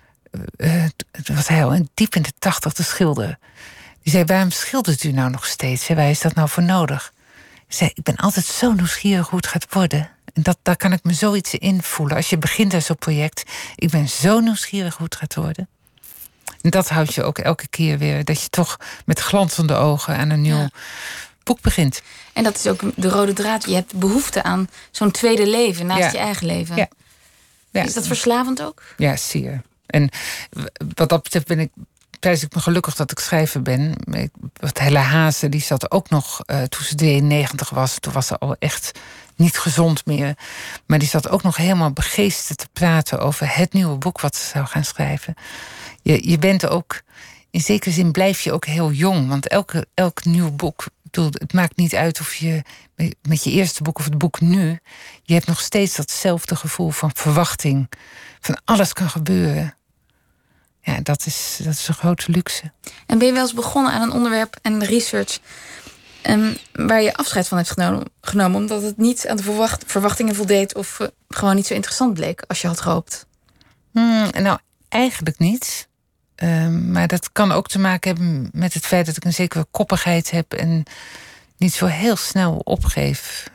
wat hij al diep in de 80 te schilderen. Die zei, waarom schildert u nou nog steeds? Waar is dat nou voor nodig? Ik zei, ik ben altijd zo nieuwsgierig hoe het gaat worden. En daar kan ik me zoiets in voelen. Als je begint aan zo'n project... ik ben zo nieuwsgierig hoe het gaat worden. En dat houdt je ook elke keer weer... dat je toch met glanzende ogen aan een nieuw boek begint. En dat is ook de rode draad. Je hebt behoefte aan zo'n tweede leven naast je eigen leven. Ja. Ja. Is dat verslavend ook? Ja, zeer. En wat dat betreft prijs ik me gelukkig dat ik schrijver ben. Hella Haase, die zat ook nog toen ze 93 was. Toen was ze al echt niet gezond meer. Maar die zat ook nog helemaal begeesterd te praten over het nieuwe boek wat ze zou gaan schrijven. Je bent ook, in zekere zin blijf je ook heel jong. Want elk nieuw boek, het maakt niet uit of je met je eerste boek of het boek nu... je hebt nog steeds datzelfde gevoel van verwachting. Van alles kan gebeuren. Ja, dat is een grote luxe. En ben je wel eens begonnen aan een onderwerp en research... waar je afscheid van hebt genomen... omdat het niet aan de verwachtingen voldeed... of gewoon niet zo interessant bleek als je had gehoopt? Nou, eigenlijk niet. Maar dat kan ook te maken hebben met het feit... dat ik een zekere koppigheid heb... en niet zo heel snel opgeef.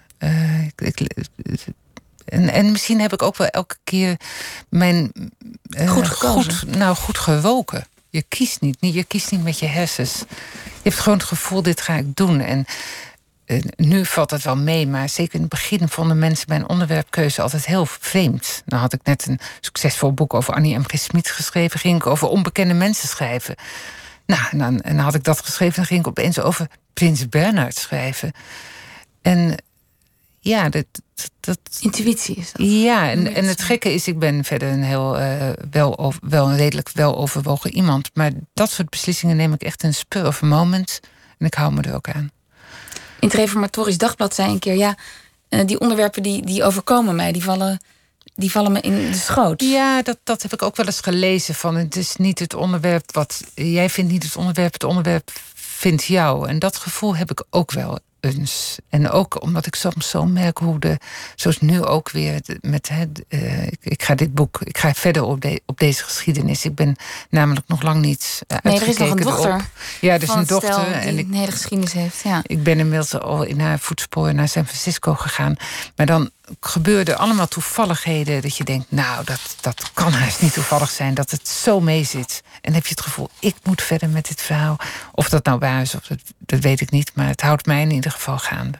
En misschien heb ik ook wel elke keer mijn... goed geroken. Je kiest niet met je hersens. Je hebt gewoon het gevoel, dit ga ik doen. En nu valt het wel mee, maar zeker in het begin vonden mensen mijn onderwerpkeuze altijd heel vreemd. Dan had ik net een succesvol boek over Annie M. G. Schmid geschreven, ging ik over onbekende mensen schrijven. Nou, en dan had ik dat geschreven, dan ging ik opeens over Prins Bernhard schrijven. En ja, dat... Intuïtie is dat. Ja, en het gekke is, ik ben verder een heel wel een redelijk weloverwogen iemand. Maar dat soort beslissingen neem ik echt een spur of a moment. En ik hou me er ook aan. In het Reformatorisch Dagblad zei een keer... die onderwerpen die overkomen mij, die vallen me in de schoot. Ja, dat heb ik ook wel eens gelezen. Van het is niet het onderwerp wat... Jij vindt niet het onderwerp vindt jou. En dat gevoel heb ik ook wel eens. En ook omdat ik soms zo merk hoe zoals nu ook weer ik ga verder op deze geschiedenis. Ik ben namelijk nog lang niet uitgekeken. Er is nog een dochter. Erop. Ja, er is een dochter die een hele geschiedenis heeft. Ja. Ik ben inmiddels al in haar voetsporen naar San Francisco gegaan. Maar dan gebeurden allemaal toevalligheden dat je denkt, nou, dat kan haast niet toevallig zijn dat het zo mee zit. En heb je het gevoel, ik moet verder met dit verhaal. Of dat nou waar is, dat weet ik niet. Maar het houdt mij in ieder geval gaande.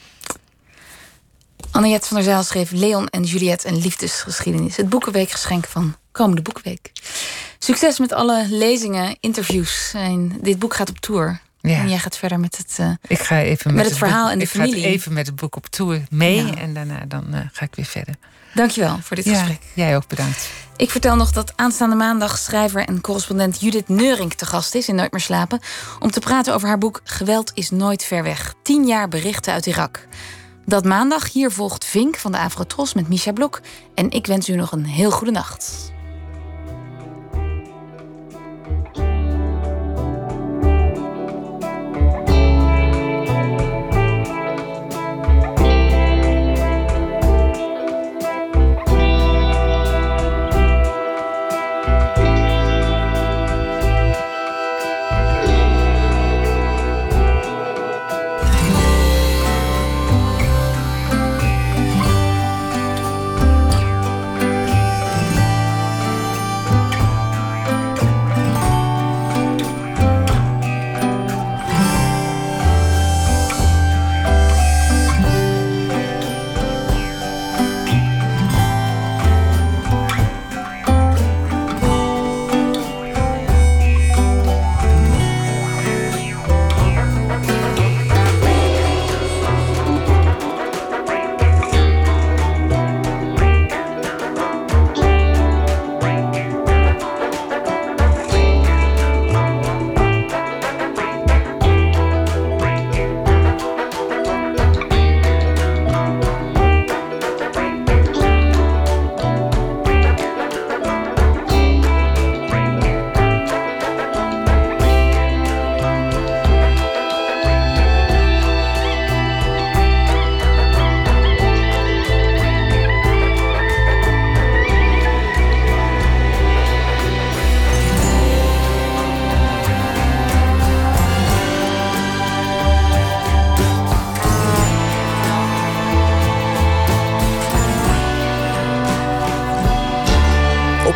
Anne-Jet van der Zijl schreef Leon en Juliette een liefdesgeschiedenis. Het boekenweekgeschenk van komende boekweek. Succes met alle lezingen, interviews. En dit boek gaat op tour. Ja. En jij gaat verder met het, ik ga even met het verhaal boek, en de familie. Ik ga even met het boek op tour mee. Ja. En daarna ga ik weer verder. Dankjewel voor dit gesprek. Jij ook bedankt. Ik vertel nog dat aanstaande maandag schrijver en correspondent Judith Neurink te gast is in Nooit meer slapen. Om te praten over haar boek Geweld is nooit ver weg. 10 jaar berichten uit Irak. Dat maandag. Hier volgt Vink van de Avrotros met Misha Blok. En ik wens u nog een heel goede nacht.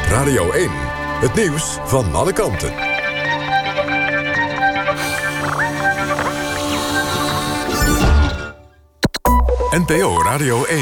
Radio 1. Het nieuws van alle kanten. NPO Radio 1.